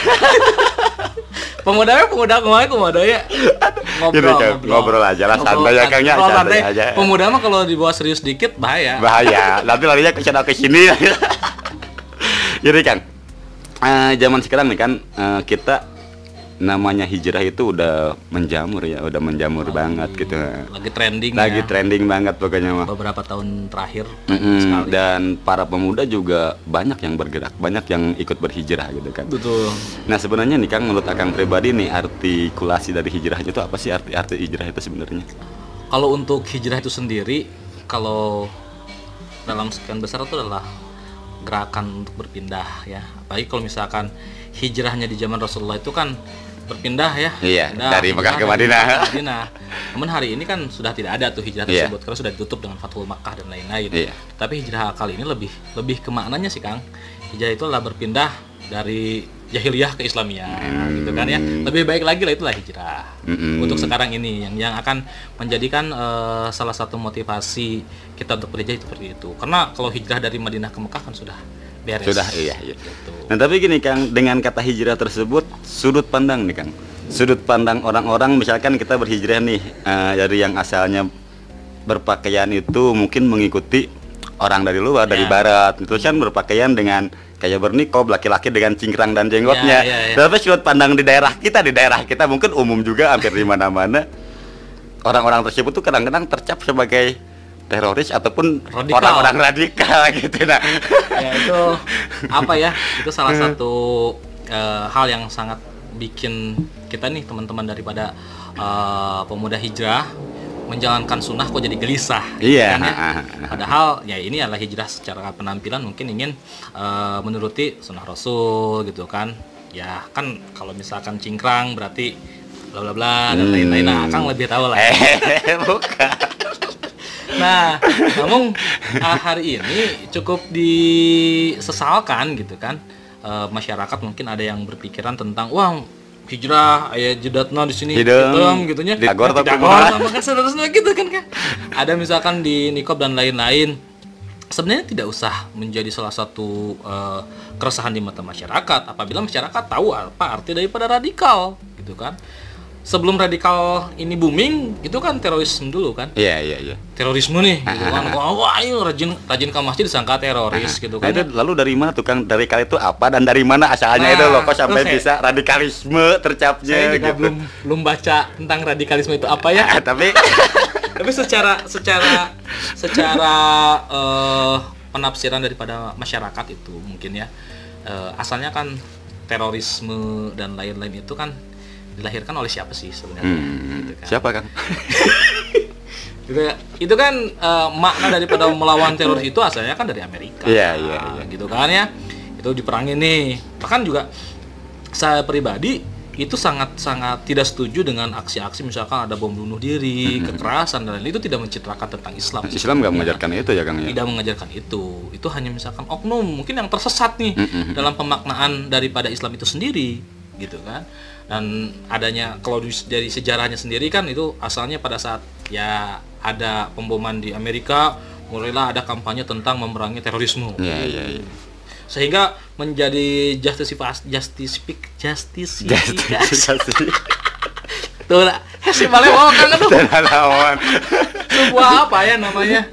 Pemuda ya. Gini, Kang, ngobrol aja lah, santai ya Kang ya, santai aja. Pemuda mah kalau dibawa serius dikit bahaya. Bahaya, nanti larinya ke sana ke sini. Jadi Kang, zaman sekarang nih kan kita namanya hijrah itu udah menjamur ya, udah menjamur banget gitu. Lagi trending Lagi ya. trending banget pokoknya mah. Beberapa tahun terakhir Mm-mm. Dan para pemuda juga banyak yang bergerak, banyak yang ikut berhijrah gitu kan. Betul. Nah sebenarnya nih Kang, menurut Akang pribadi nih artikulasi dari hijrah itu apa sih, arti hijrah itu sebenarnya? Kalau untuk hijrah itu sendiri, kalau dalam sekian besar itu adalah gerakan untuk berpindah ya. Apalagi kalau misalkan hijrahnya di zaman Rasulullah itu kan berpindah ya. Iya, Pindah, dari Mekah ke dari Madinah. Mekah ke Madinah. Namun hari ini kan sudah tidak ada tuh hijrah Iya. tersebut karena sudah ditutup dengan Fathul Makkah dan lain-lain. Iya. Tapi hijrah kali ini lebih ke maknanya sih Kang. Hijrah itu adalah berpindah dari jahiliyah ke Islamiyah gitu kan ya. Lebih baik lagi lah, itulah hijrah. Untuk sekarang ini yang akan menjadikan salah satu motivasi kita untuk berhijrah itu seperti itu. Karena kalau hijrah dari Madinah ke Mekah kan sudah beres. Sudah, iya. Gitu. Nah tapi gini Kang, dengan kata hijrah tersebut, sudut pandang nih Kang, sudut pandang orang-orang, misalkan kita berhijrah nih dari yang asalnya berpakaian itu mungkin mengikuti orang dari luar, dari barat, itu kan berpakaian dengan kayak bernikob, laki-laki dengan cingkrang dan jenggotnya. Tapi sudut pandang di daerah kita mungkin umum juga, hampir di mana-mana orang-orang tersebut tuh kadang-kadang tercap sebagai teroris ataupun Radikal. orang-orang radikal gitu. Nah Ya itu apa ya? Itu salah satu hal yang sangat bikin kita nih teman-teman daripada pemuda hijrah menjalankan sunnah kok jadi gelisah. Iya. Kan, ya? Padahal ya ini adalah hijrah secara penampilan mungkin ingin menuruti sunnah Rasul gitu kan. Ya kan kalau misalkan cingkrang berarti bla bla bla dan lain-lain. Nah, Kang lebih tahu lah. Bukan. Nah, namun hari ini cukup disesalkan gitu kan. Masyarakat mungkin ada yang berpikiran tentang wah hijrah aya jedatna di sini hitam gitunya. Dagor tapi maka seterusnya gitu kan. Ada misalkan di nikob dan lain-lain. Sebenarnya tidak usah menjadi salah satu keresahan di mata masyarakat apabila masyarakat tahu apa arti daripada radikal gitu kan. Sebelum radikal ini booming, itu kan terorisme dulu kan? Iya. Terorisme nih, gitu kan? Wah, ayo rajin ke masjid disangka teroris, gitu kan? Nah, itu lalu dari mana tuh Kang? Radikal itu apa dan dari mana asalnya itu loh? Kok sampai bisa radikalisme tercapnya? Saya juga gitu. belum baca tentang radikalisme itu apa ya? Tapi secara penafsiran daripada masyarakat itu mungkin ya, asalnya kan terorisme dan lain-lain itu kan dilahirkan oleh siapa sih sebenarnya? Gitu kan. Siapa Kang? Itu kan makna daripada melawan teroris itu asalnya kan dari Amerika. Iya. Gitu kan ya. Itu diperangin nih. Bahkan juga saya pribadi itu sangat tidak setuju dengan aksi-aksi misalkan ada bom bunuh diri, kekerasan dan lain itu tidak menceritakan tentang Islam. Islam nggak mengajarkan itu ya Kang ya? Tidak mengajarkan itu. Itu hanya misalkan oknum mungkin yang tersesat nih dalam pemaknaan daripada Islam itu sendiri, gitu kan. Dan adanya kalau dari sejarahnya sendiri kan itu asalnya pada saat ya ada pemboman di Amerika, mulailah ada kampanye tentang memerangi terorisme. Iya. Sehingga menjadi justifikasi. Tuh lah, si Malewo kan tuh. Sebuah apa ya namanya?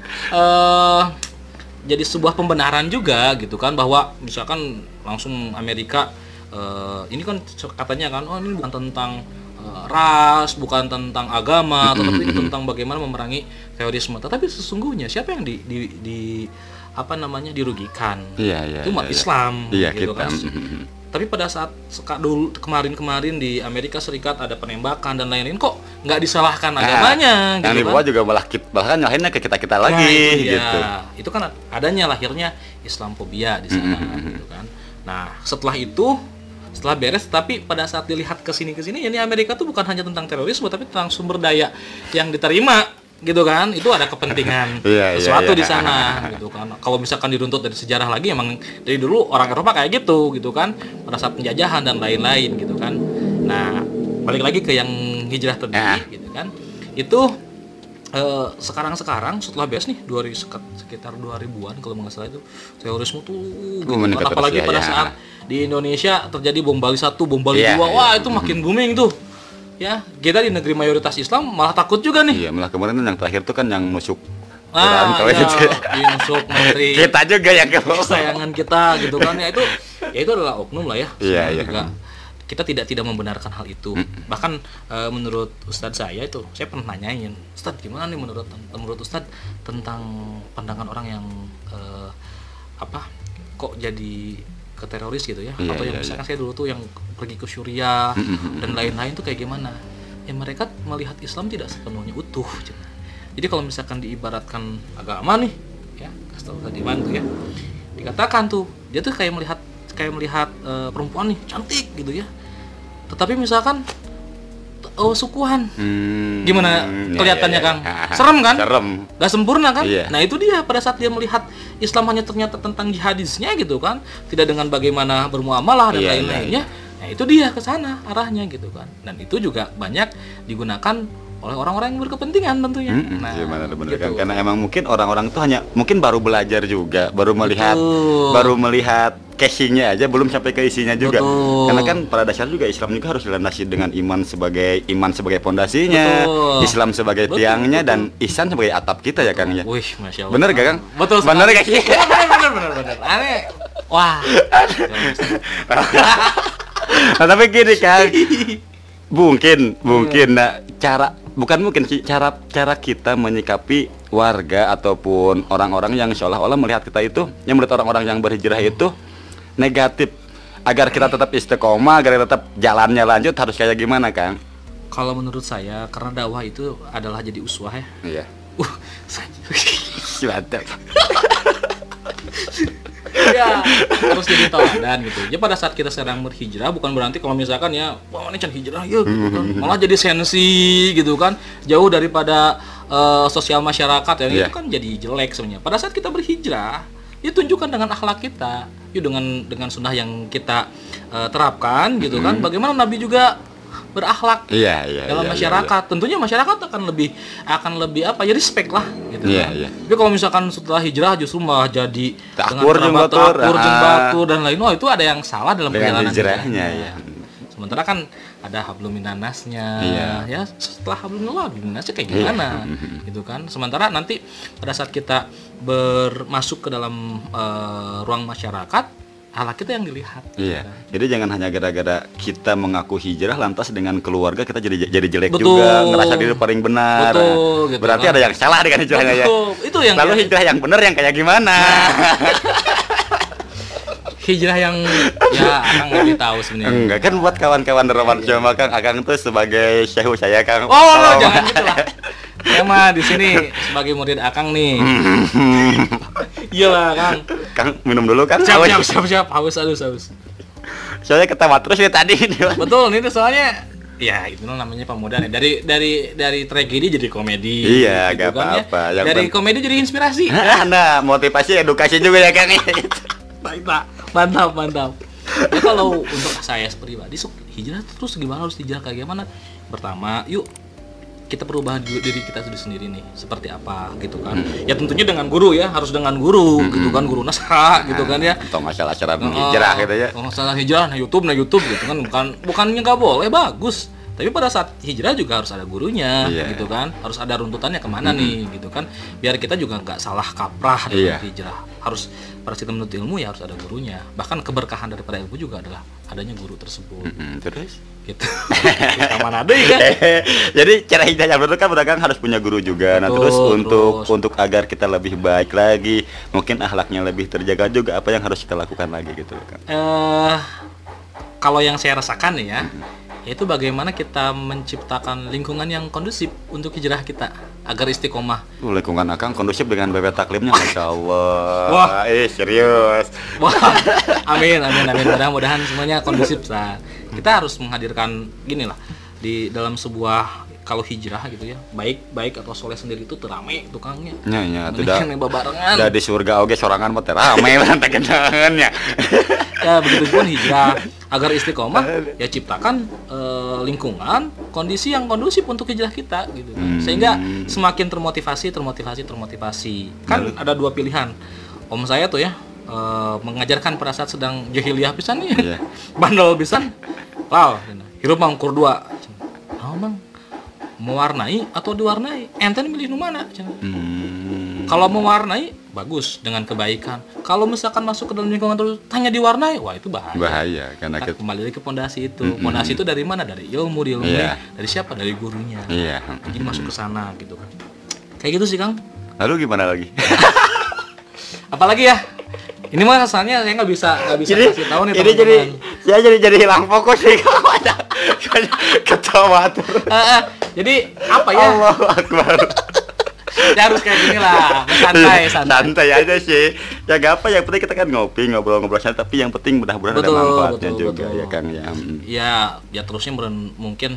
Jadi sebuah pembenaran juga gitu kan bahwa misalkan langsung Amerika ini kan katanya kan ini bukan tentang ras, bukan tentang agama, tetapi itu tentang bagaimana memerangi terorisme. Tetapi sesungguhnya siapa yang dirugikan? Iya. Itu umat Islam, iya, gitu kita. kan. Tapi pada saat dulu kemarin di Amerika Serikat ada penembakan dan lain-lain, kok nggak disalahkan agamanya yang gitu dibawa kan. juga bahkan nyalahinnya ke kita Nah, lagi itu dia. gitu. Itu kan adanya lahirnya Islamfobia di sana gitu kan. Nah, setelah beres, tapi pada saat dilihat ke sini ini Amerika tuh bukan hanya tentang terorisme tapi tentang sumber daya yang diterima gitu kan. Itu ada kepentingan sesuatu di sana gitu kan. Kalau misalkan diruntut dari sejarah lagi, emang dari dulu orang Eropa kayak gitu kan, pada saat penjajahan dan lain-lain gitu kan. Nah, balik lagi ke yang hijrah tadi gitu kan. Itu sekarang setelah beres nih sekitar 2000-an kalau nggak salah, itu terorisme tuh gitu kan. Apalagi pada saat di Indonesia terjadi bom Bali 1, bom Bali 2, wah itu makin booming tuh. Ya, kita di negeri mayoritas Islam malah takut juga nih. Iya, malah kemarin yang terakhir tuh kan yang nusuk nusuk menteri kita juga yang kesayangan kita gitu kan. Ya itu adalah oknum lah ya. Iya. Juga kita tidak membenarkan hal itu. Bahkan menurut Ustadz saya pernah nanyain, Ustadz gimana nih menurut Ustadz tentang pandangan orang yang kok jadi ke teroris gitu ya, atau yang misalkan saya dulu tuh yang pergi ke Suriah dan lain-lain tuh kayak gimana? Ya mereka melihat Islam tidak sepenuhnya utuh. Jadi kalau misalkan diibaratkan agama nih, ya kasih tadi tuh ya, dikatakan tuh dia tuh kayak melihat perempuan nih cantik gitu ya, tetapi misalkan sukuhan, gimana kelihatannya Kang? Serem kan? Serem. Gak sempurna kan? Iya. Nah itu dia, pada saat dia melihat Islam hanya ternyata tentang jihadisnya gitu kan, tidak dengan bagaimana bermuamalah dan lain-lainnya. Nah itu dia ke sana arahnya gitu kan. Dan itu juga banyak digunakan oleh orang-orang yang berkepentingan tentunya. Nah, benar gitu. kan, karena emang mungkin orang-orang tuh mungkin baru belajar juga, baru melihat casingnya aja, belum sampai ke isinya juga. Karena kan pada dasarnya juga Islam juga harus dilandasi dengan iman sebagai pondasinya, Islam sebagai tiangnya, dan ihsan sebagai atap kita ya Kang ya. Wih, Masya Allah. Bener gak Kang? Betul. Bener gak sih? Bener. Aneh. Wah. Nah, tapi gini Kang, mungkin cara kita menyikapi warga ataupun orang-orang yang seolah-olah melihat kita itu, yang melihat orang-orang yang berhijrah itu negatif, agar kita tetap istiqomah, agar tetap jalannya lanjut, harus kayak gimana Kang? Kalau menurut saya, karena dakwah itu adalah jadi uswah ya. Iya. Mantap. Ya, harus jadi teladan gitu. Ya pada saat kita sedang berhijrah, bukan berarti kalau misalkan ya, wah ini can hijrah ya gitu kan. Malah jadi sensi gitu kan, jauh daripada sosial masyarakat ya. Itu kan jadi jelek sebenarnya. Pada saat kita berhijrah, ya tunjukkan dengan akhlak kita, yuk dengan sunnah yang kita terapkan gitu kan. Bagaimana Nabi juga berakhlak dalam masyarakat. Tentunya masyarakat akan lebih apa ya, respect lah gitu kan. Tapi kalau misalkan setelah hijrah justru malah jadi takur jeung batur dan lain, itu ada yang salah dalam perjalanan hijrahnya ya. Sementara kan ada hablum minannasnya ya, setelah hablum minannasnya kayak gimana gitu kan. Sementara nanti pada saat kita masuk ke dalam ruang masyarakat, akhlak kita yang dilihat. Iya. Kan? Jadi jangan hanya gara-gara kita mengaku hijrah lantas dengan keluarga kita jadi jelek Betul. juga, ngerasa diri paling benar. Betul, gitu berarti kan. ada yang salah dengan hijrahnya ya. Itu yang lalu hijrah yang benar yang kayak gimana? Hijrah yang ya Akang lebih tahu sebenarnya. Enggak kan, buat kawan-kawan Roman Joma Kang, Akang tuh sebagai syekh saya Kang. Jangan gitu lah. Ya mah di sini sebagai murid Akang nih. Iyalah Kang. Kang minum dulu Kang. Siap. Haus. Soalnya ketawa terus ya tadi. Betul, ini soalnya ya itu namanya pemuda nih. Dari tragedi jadi komedi. Iya, gitu gak apa-apa. Ya. Dari komedi jadi inspirasi. Nah, motivasi edukasi juga ya Kang. Mantap. Ya, kalau untuk saya pribadi, hijrah terus gimana, harus hijrah kayak gimana? Pertama, yuk kita perubahan diri kita sendiri nih, seperti apa gitu kan. Ya tentunya dengan guru ya, harus dengan guru gitu kan, guru nasra gitu kan ya. Atau masalah cara hijrah gitu ya. Masalah hijrah, nah YouTube gitu kan, bukannya nggak boleh, bagus. Tapi pada saat hijrah juga harus ada gurunya gitu kan, harus ada runtutannya kemana nih gitu kan, biar kita juga nggak salah kaprah dengan hijrah. Harus pada kita menuntut ilmu ya harus ada gurunya. Bahkan keberkahan daripada ilmu juga adalah adanya guru tersebut. Terus gitu. Mana ada ya? Jadi cara hijrah yang benar kan berdagang harus punya guru juga. Nah, terus untuk agar kita lebih baik lagi, mungkin akhlaknya lebih terjaga juga, apa yang harus kita lakukan lagi gitu kan? Kalau yang saya rasakan ya, yaitu bagaimana kita menciptakan lingkungan yang kondusif untuk hijrah kita agar istiqomah. Lingkungan Akang kondusif dengan bebek taklimnya, Masya Allah. Wah. Serius. Wah, amin. Mudah-mudahan semuanya kondusif. Nah, kita harus menghadirkan gini lah di dalam sebuah, kalau hijrah gitu ya, baik atau soleh sendiri itu terame tukangnya. Ya, tidak. Barengan. Udah di surga oge sorangan mah teh rame lah tekenannya. Ya begitu pun hijrah agar istiqomah, ya ciptakan lingkungan kondisi yang kondusif untuk hijrah kita gitu kan. Sehingga semakin termotivasi kan. Ada dua pilihan. Om saya tuh ya mengajarkan pada saat sedang jahiliyah pisan nih. Yeah. Bandel pisan. Wow, hirup mangkur dua. Oh, Mang, mewarnai atau diwarnai? Ente milih nu mana? Kalau mewarnai bagus dengan kebaikan. Kalau misalkan masuk ke dalam lingkungan terus tanya diwarnai, wah itu bahaya. Bahaya karena kita kembali lagi ke pondasi itu. Pondasi itu dari mana? Dari ilmu, dari siapa? Dari gurunya. Iya. Jadi masuk ke sana gitu kan. Kayak gitu sih, Kang. Lalu gimana lagi? Apalagi ya? Ini mah rasanya saya nggak bisa kasih tahu nih. Ini jadi hilang fokus nih kalau ada ketawa terus. Jadi apa ya? Allahu Akbar. Ya harus kayak gini lah, santai aja sih. Ya gak apa, yang penting kita kan ngobrol-ngobrol santai, tapi yang penting mudah-mudahan ada manfaatnya juga. Ya Kang ya. Ya terusnya mungkin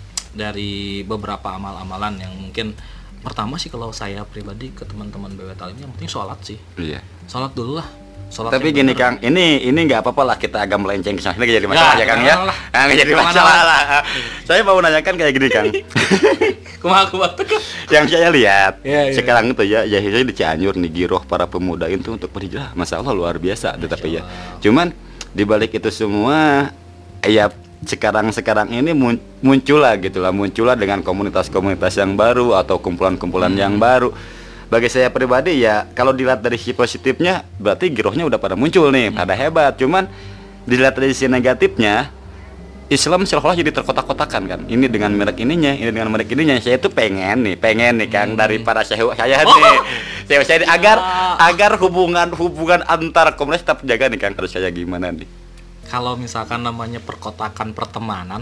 dari beberapa amal-amalan yang mungkin pertama sih kalau saya pribadi ke teman-teman BW Talim yang penting sholat sih. Iya. Sholat dulu lah. Sholat tapi gini bener. Kang, ini nggak apa-apa lah kita agak melenceng ke sana, nggak jadi masalah ya Kang ya. Nggak jadi masalah lah. Saya mau nanyakan kayak gini Kang. Kumaha Yang saya lihat sekarang itu ya di Cianjur nih giroh para pemuda itu untuk berhijrah, Masya Allah luar biasa. Tetapi ya, cuman dibalik itu semua, ya sekarang ini muncullah dengan komunitas-komunitas yang baru atau kumpulan-kumpulan yang baru. Bagi saya pribadi ya kalau dilihat dari sisi positifnya berarti girohnya udah pada muncul nih, pada hebat. Cuman dilihat dari sisi negatifnya, Islam seolah-olah jadi terkotak-kotakan kan. Ini dengan merek ininya, ini dengan merek ininya. Saya itu pengen nih Kang dari para syekh saya nih. Saya agar hubungan antar komunitas tetap terjaga nih Kang. Harus saya gimana nih? Kalau misalkan namanya perkotakan pertemanan,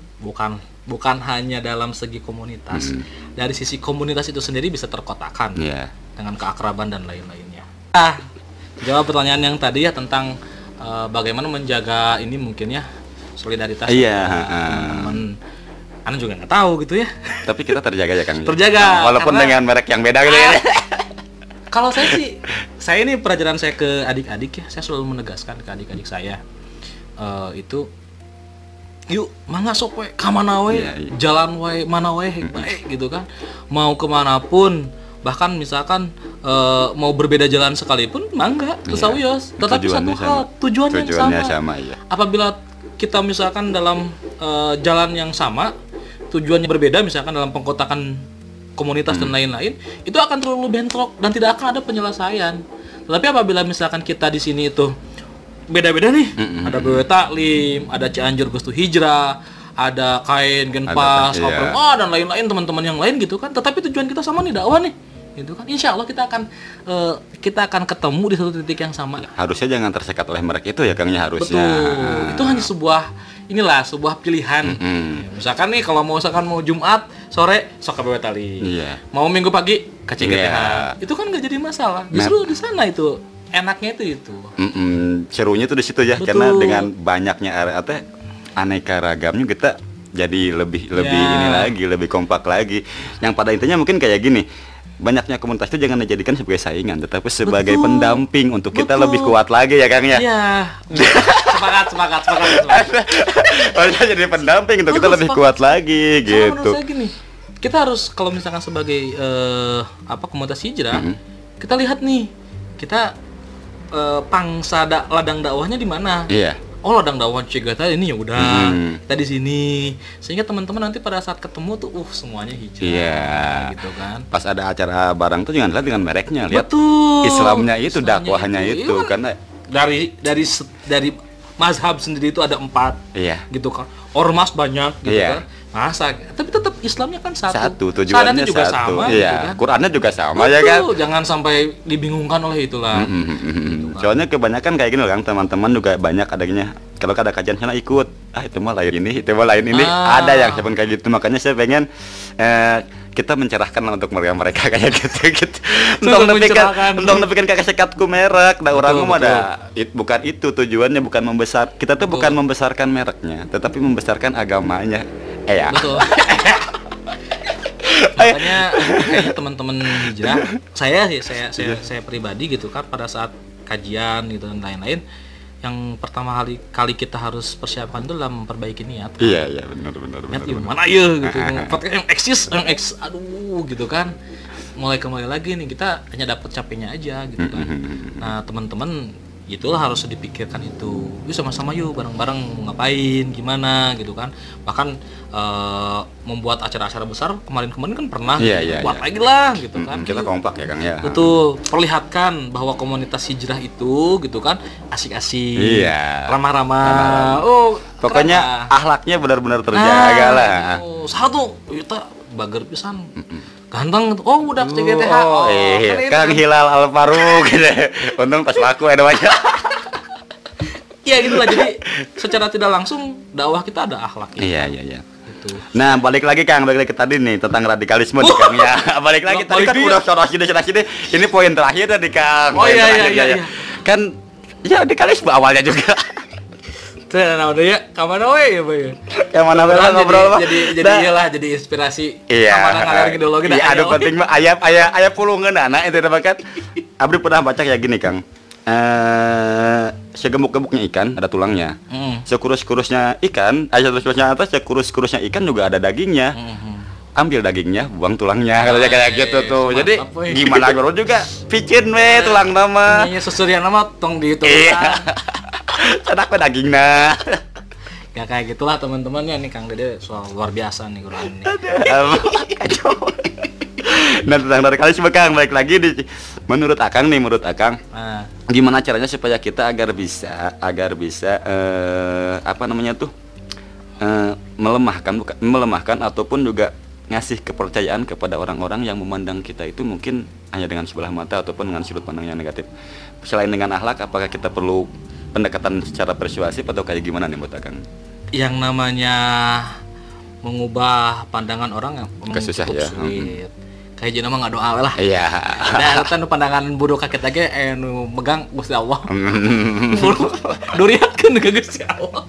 bukan hanya dalam segi komunitas, dari sisi komunitas itu sendiri bisa terkotakan dengan keakraban dan lain-lainnya. Jawab pertanyaan yang tadi ya tentang bagaimana menjaga ini mungkin ya solidaritas. Teman, Anda juga nggak tahu gitu ya. Tapi kita terjaga ya Kang. Terjaga. Walaupun dengan merek yang beda gitu ya. Kalau saya ini pelajaran saya ke adik-adik ya, saya selalu menegaskan ke adik-adik saya itu. Yuk, mangga sok we, kamana we, jalan we, mana we, baik gitu kan. Mau kemanapun, bahkan misalkan mau berbeda jalan sekalipun, mangga, tersawiyos. Tetapi satu hal, tujuannya sama. Ya. Apabila kita misalkan dalam jalan yang sama, tujuannya berbeda, misalkan dalam pengkotakan komunitas dan lain-lain, itu akan terlalu bentrok dan tidak akan ada penyelesaian. Tetapi apabila misalkan kita di sini itu beda-beda nih, ada BW Taklim, ada Cianjur Gustu Hijrah, ada Kain Genpas, dan lain-lain teman-teman yang lain gitu kan. Tetapi tujuan kita sama nih, dakwah nih, gitu kan. Insya Allah kita akan ketemu di satu titik yang sama. Harusnya jangan tersekat oleh merek itu ya Kangnya harusnya. Betul. Itu hanya sebuah pilihan. Ya, misalkan nih kalau mau Jumat sore sok ke BW Taklim, mau Minggu pagi ke CGTH, itu kan nggak jadi masalah. Justru di sana itu enaknya itu. Serunya tuh di situ ya. Betul. Karena dengan banyaknya aneka ragamnya kita jadi lebih ini lagi, lebih kompak lagi. Yang pada intinya mungkin kayak gini, banyaknya komunitas itu jangan dijadikan sebagai saingan, tetapi sebagai pendamping untuk kita lebih kuat lagi ya Kang ya. Iya. Semangat. Harusnya jadi pendamping untuk kita lebih kuat lagi gitu. Menurut saya gini, kita harus kalau misalkan sebagai komunitas hijrah, kita lihat nih, kita pangsa ladang dakwahnya di mana? Iya. Oh, ladang dakwah CGT ini ya udah. Kita di sini. Sehingga teman-teman nanti pada saat ketemu tuh semuanya hijrah gitu kan. Pas ada acara barang tuh jangan lihat dengan mereknya, lihat Islamnya itu, dakwahnya itu karena dari mazhab sendiri itu ada 4. Iya. Gitu kan. Ormas banyak gitu kan. Masa, tapi tetap Islamnya kan satu. Tujuannya juga sama. Iya. Gitu kan? Qurannya juga sama. Betul, ya kan. Jangan sampai dibingungkan oleh itulah. Gitu kan. Soalnya kebanyakan kayak gini loh Kang, teman-teman juga banyak adanya. Kalau ada kajian sana ikut. itu mah lain ini, itu mah lain ini. Ada yang seperti kayak gitu. Makanya saya pengen kita mencerahkan lah untuk mereka kayak gitu. Untuk nepikan kakak sekatku merek. Da orang mah ada bukan itu tujuannya, bukan membesar. Kita tuh bukan membesarkan mereknya, tetapi membesarkan agamanya. Ya. Betul. Makanya kayaknya teman-teman hijrah, saya pribadi gitu kan, pada saat kajian gitu dan lain-lain, yang pertama kali kita harus persiapkan itu adalah memperbaiki niat. Iya benar. Niat gimana ya gitu. Pakai yang aduh gitu kan. Mulai kembali lagi nih, kita hanya dapat capeknya aja gitu kan. Nah, teman-teman itulah harus dipikirkan itu. Yuk sama-sama yuk bareng-bareng ngapain, gimana gitu kan. Bahkan membuat acara-acara besar kemarin kan pernah buat lagi lah gitu kan. Kita kompak ya Kang ya. Betul, perlihatkan bahwa komunitas hijrah itu gitu kan asik-asik, ramah-ramah. Pokoknya akhlaknya benar-benar terjaga lah. Satu kita bager pisan. Ganteng gitu. Udah CGTH. Kang Hilal Alfaruq gitu. Untung pas laku ada banyak. Iya gitulah, jadi secara tidak langsung dakwah kita ada akhlaknya. Iya. Gitu. Nah, balik lagi ke tadi nih tentang radikalisme nih Kang ya. Balik lagi tadi kan udah sini. Ini poin terakhir tadi Kang. Iya. Kan ya radikalisme awalnya juga. Nah, udah ya, kemana we ya, Bay? Yang mana bela ngobrol mah. Jadi inspirasi. Kemana ngalir ideologi. Iya, ada penting mah aya pulungan anak itu dapat. Abdi pernah baca kayak gini, Kang. Segemuk-gemuknya ikan ada tulangnya. Sekurus-kurusnya ikan, sekurus-kurusnya atas, sekurus-kurusnya ikan juga ada dagingnya. Ambil dagingnya, buang tulangnya, katanya kayak gitu tuh. Jadi gimana guru juga picin we tulang nama. Iya, susurian nama tong dihitung. Cedak dagingnya. Ya kayak gitulah teman-temannya nih Kang Dede, soal luar biasa nih Quran ini. Nah, tentang radikalisme Kang, balik lagi menurut Akang, gimana caranya supaya kita agar bisa melemahkan ataupun juga ngasih kepercayaan kepada orang-orang yang memandang kita itu mungkin hanya dengan sebelah mata ataupun dengan sudut pandang yang negatif. Selain dengan akhlak, apakah kita perlu pendekatan secara persuasif atau kayak gimana nih buat Akang? Yang namanya mengubah pandangan orang yang susah ya. Sulit. Kayak jenama nggak doa lah. Iya. Ada kan pandangan buruk kakek lagi nu megang Gusti Allah. Duriatkeun ke Gusti Allah.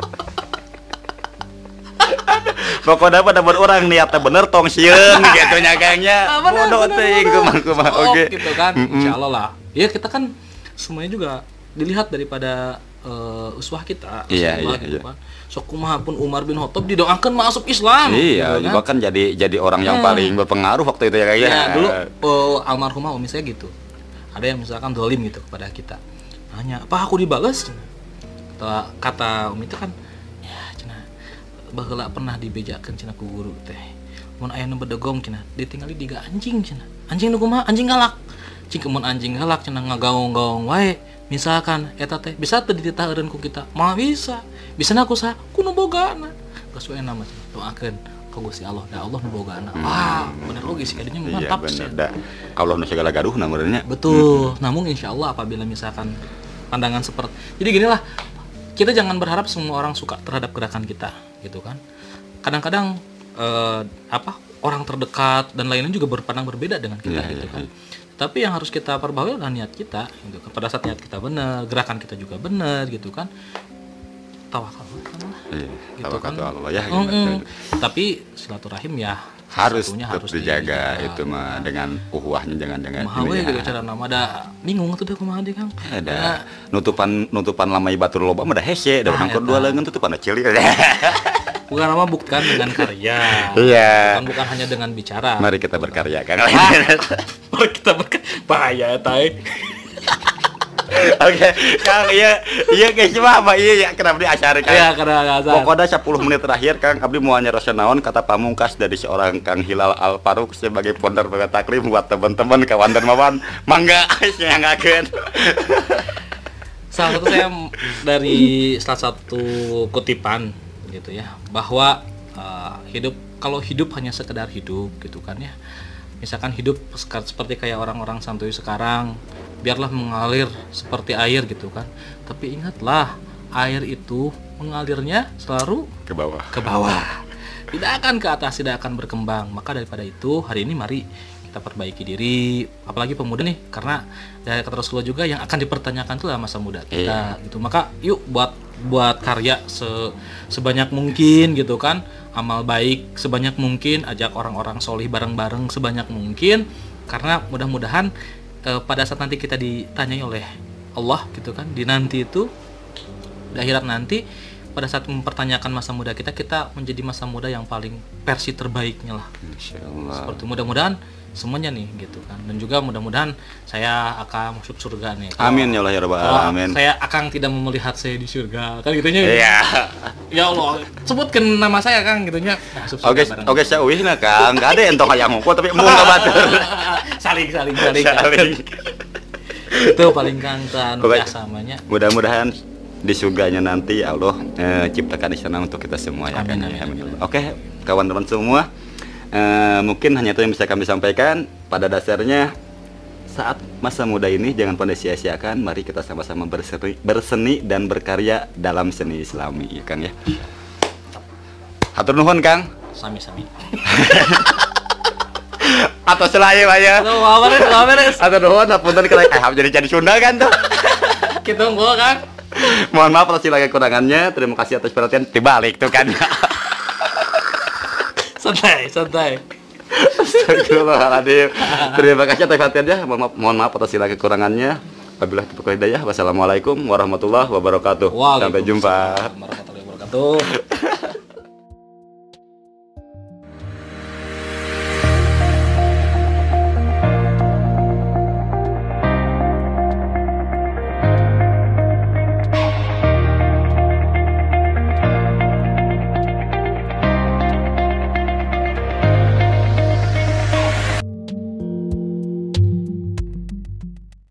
Pokoknya pada buat orang niatnya bener tong sieun gitu nya Kangnya. Bodoh teuing kumaha oge. Gitu kan. Insyaallah lah. Ya kita kan semuanya juga dilihat daripada uswah kita. Iya. Kan. Sok kumaha pun Umar bin Khattab didoakeun masuk Islam. Iya, gitu kan? Bahkan jadi orang yang paling berpengaruh waktu itu ya kayaknya. Ya, dulu almarhumah Umi saya gitu. Ada yang misalkan zalim gitu kepada kita. Nanya, "Apa aku dibales?" Kata Umi itu kan, "Ya, cenah baheula pernah dibejakeun cenah ku guru teh. Mun aya nu bedegong cenah, ditinggali 3 anjing cenah. Anjing nu kumaha? Anjing galak. Cing mun anjing galak cenah ngagaong-gaong wae. Misalkan eta teh bisa teu dititah eureun ku kita. Moal bisa. Bisana ku saha? Ku nu bogana. Geus we nama doakeun ka Gusti Allah. Da Allah nu bogana. Bener oge sih kadinya mantap sih. Da Allah nu segala gaduh namanya. Betul. Namun insyaallah apabila misalkan pandangan seperti jadi ginilah, kita jangan berharap semua orang suka terhadap gerakan kita, gitu kan. Kadang-kadang orang terdekat dan lainnya juga berpandang berbeda dengan kita, gitu kan. Tapi yang harus kita perbaharui adalah niat kita, gitu. Pada saat niat kita benar, gerakan kita juga benar, gitu kan. Tawakal gitu kan. Allah ya. Tapi silaturahim ya harus dijaga itu mah dengan uhuahnya jangan mahawe gitu cara nama ada bingung tuh kumaha deui Kang. Ada nutupan lamai batur loba mah da hese, da urang kedua leungeun tutupan cilik. Bukan nama buktikan dengan karya. Iya. Bukan hanya dengan bicara. Mari kita berkarya Kang. Mari kita bahaya tai. Oke, Kang, iya guys, cuma apa iya kenapa diasari Kang? Iya, karena asar. Pokoknya 10 menit terakhir Kang, abdi mau nyeroskeun naon kata pamungkas dari seorang Kang Hilal Alfaruq sebagai founder Bebet Taklim buat teman-teman kawan dan mawan. Mangga nyangakeun. Salah satu saya dari salah satu kutipan gitu ya, bahwa kalau hidup hanya sekedar hidup gitu kan ya. Misalkan hidup seperti kayak orang-orang santuy sekarang, biarlah mengalir seperti air gitu kan. Tapi ingatlah air itu mengalirnya selalu Ke bawah. ke bawah, tidak akan ke atas, tidak akan berkembang. Maka daripada itu hari ini mari kita perbaiki diri, apalagi pemuda nih, karena dari kata Rasulullah juga yang akan dipertanyakan itu adalah masa muda kita gitu. Maka yuk buat karya sebanyak mungkin gitu kan, amal baik sebanyak mungkin, ajak orang-orang solih bareng-bareng sebanyak mungkin, karena mudah-mudahan pada saat nanti kita ditanyai oleh Allah gitu kan, di nanti itu, di akhirat nanti, pada saat mempertanyakan masa muda kita menjadi masa muda yang paling versi terbaiknya lah. Insyaallah. Seperti mudah-mudahan semuanya nih gitu kan, dan juga mudah-mudahan saya akan masuk surga nih. Amin ya Allah ya rabbal alamin. Saya akan tidak melihat saya di surga kan gitunya. Iya. Ya Allah, sebutkan nama saya Kang gitunya. Nah, masuk surga Oke, bareng. oke saya uihna Kang. Enggak ada entong hayang ngoko tapi mau ngabatur. saling. Saling. Itu paling Kang tan Oke. biasamanya. Mudah-mudahan di surganya nanti Allah ciptakan istana untuk kita semua ya Amin, kan. amin, amin. Oke, kawan-kawan semua, mungkin hanya itu yang bisa kami sampaikan. Pada dasarnya saat masa muda ini jangan pandai sia-siakan. Mari kita sama-sama berseni dan berkarya dalam seni Islami ya Kang ya. Hatur nuhun Kang. Sami-sami. Atau selain aja. Wabares. Hatur nuhun, hapunten kita jadi Sunda kan tuh. Kita nggo Kang. Mohon maaf atas segala kekurangannya. Terima kasih atas perhatian. Dibalik tuh kan. Santai. Astagfirullahaladzim. Terima kasih atas perhatiannya. Mohon maaf atas segala kekurangannya. Wabillahi taufiq wal hidayah. Wassalamualaikum warahmatullahi wabarakatuh. Sampai jumpa. Waalaikumsalam warahmatullahi wabarakatuh.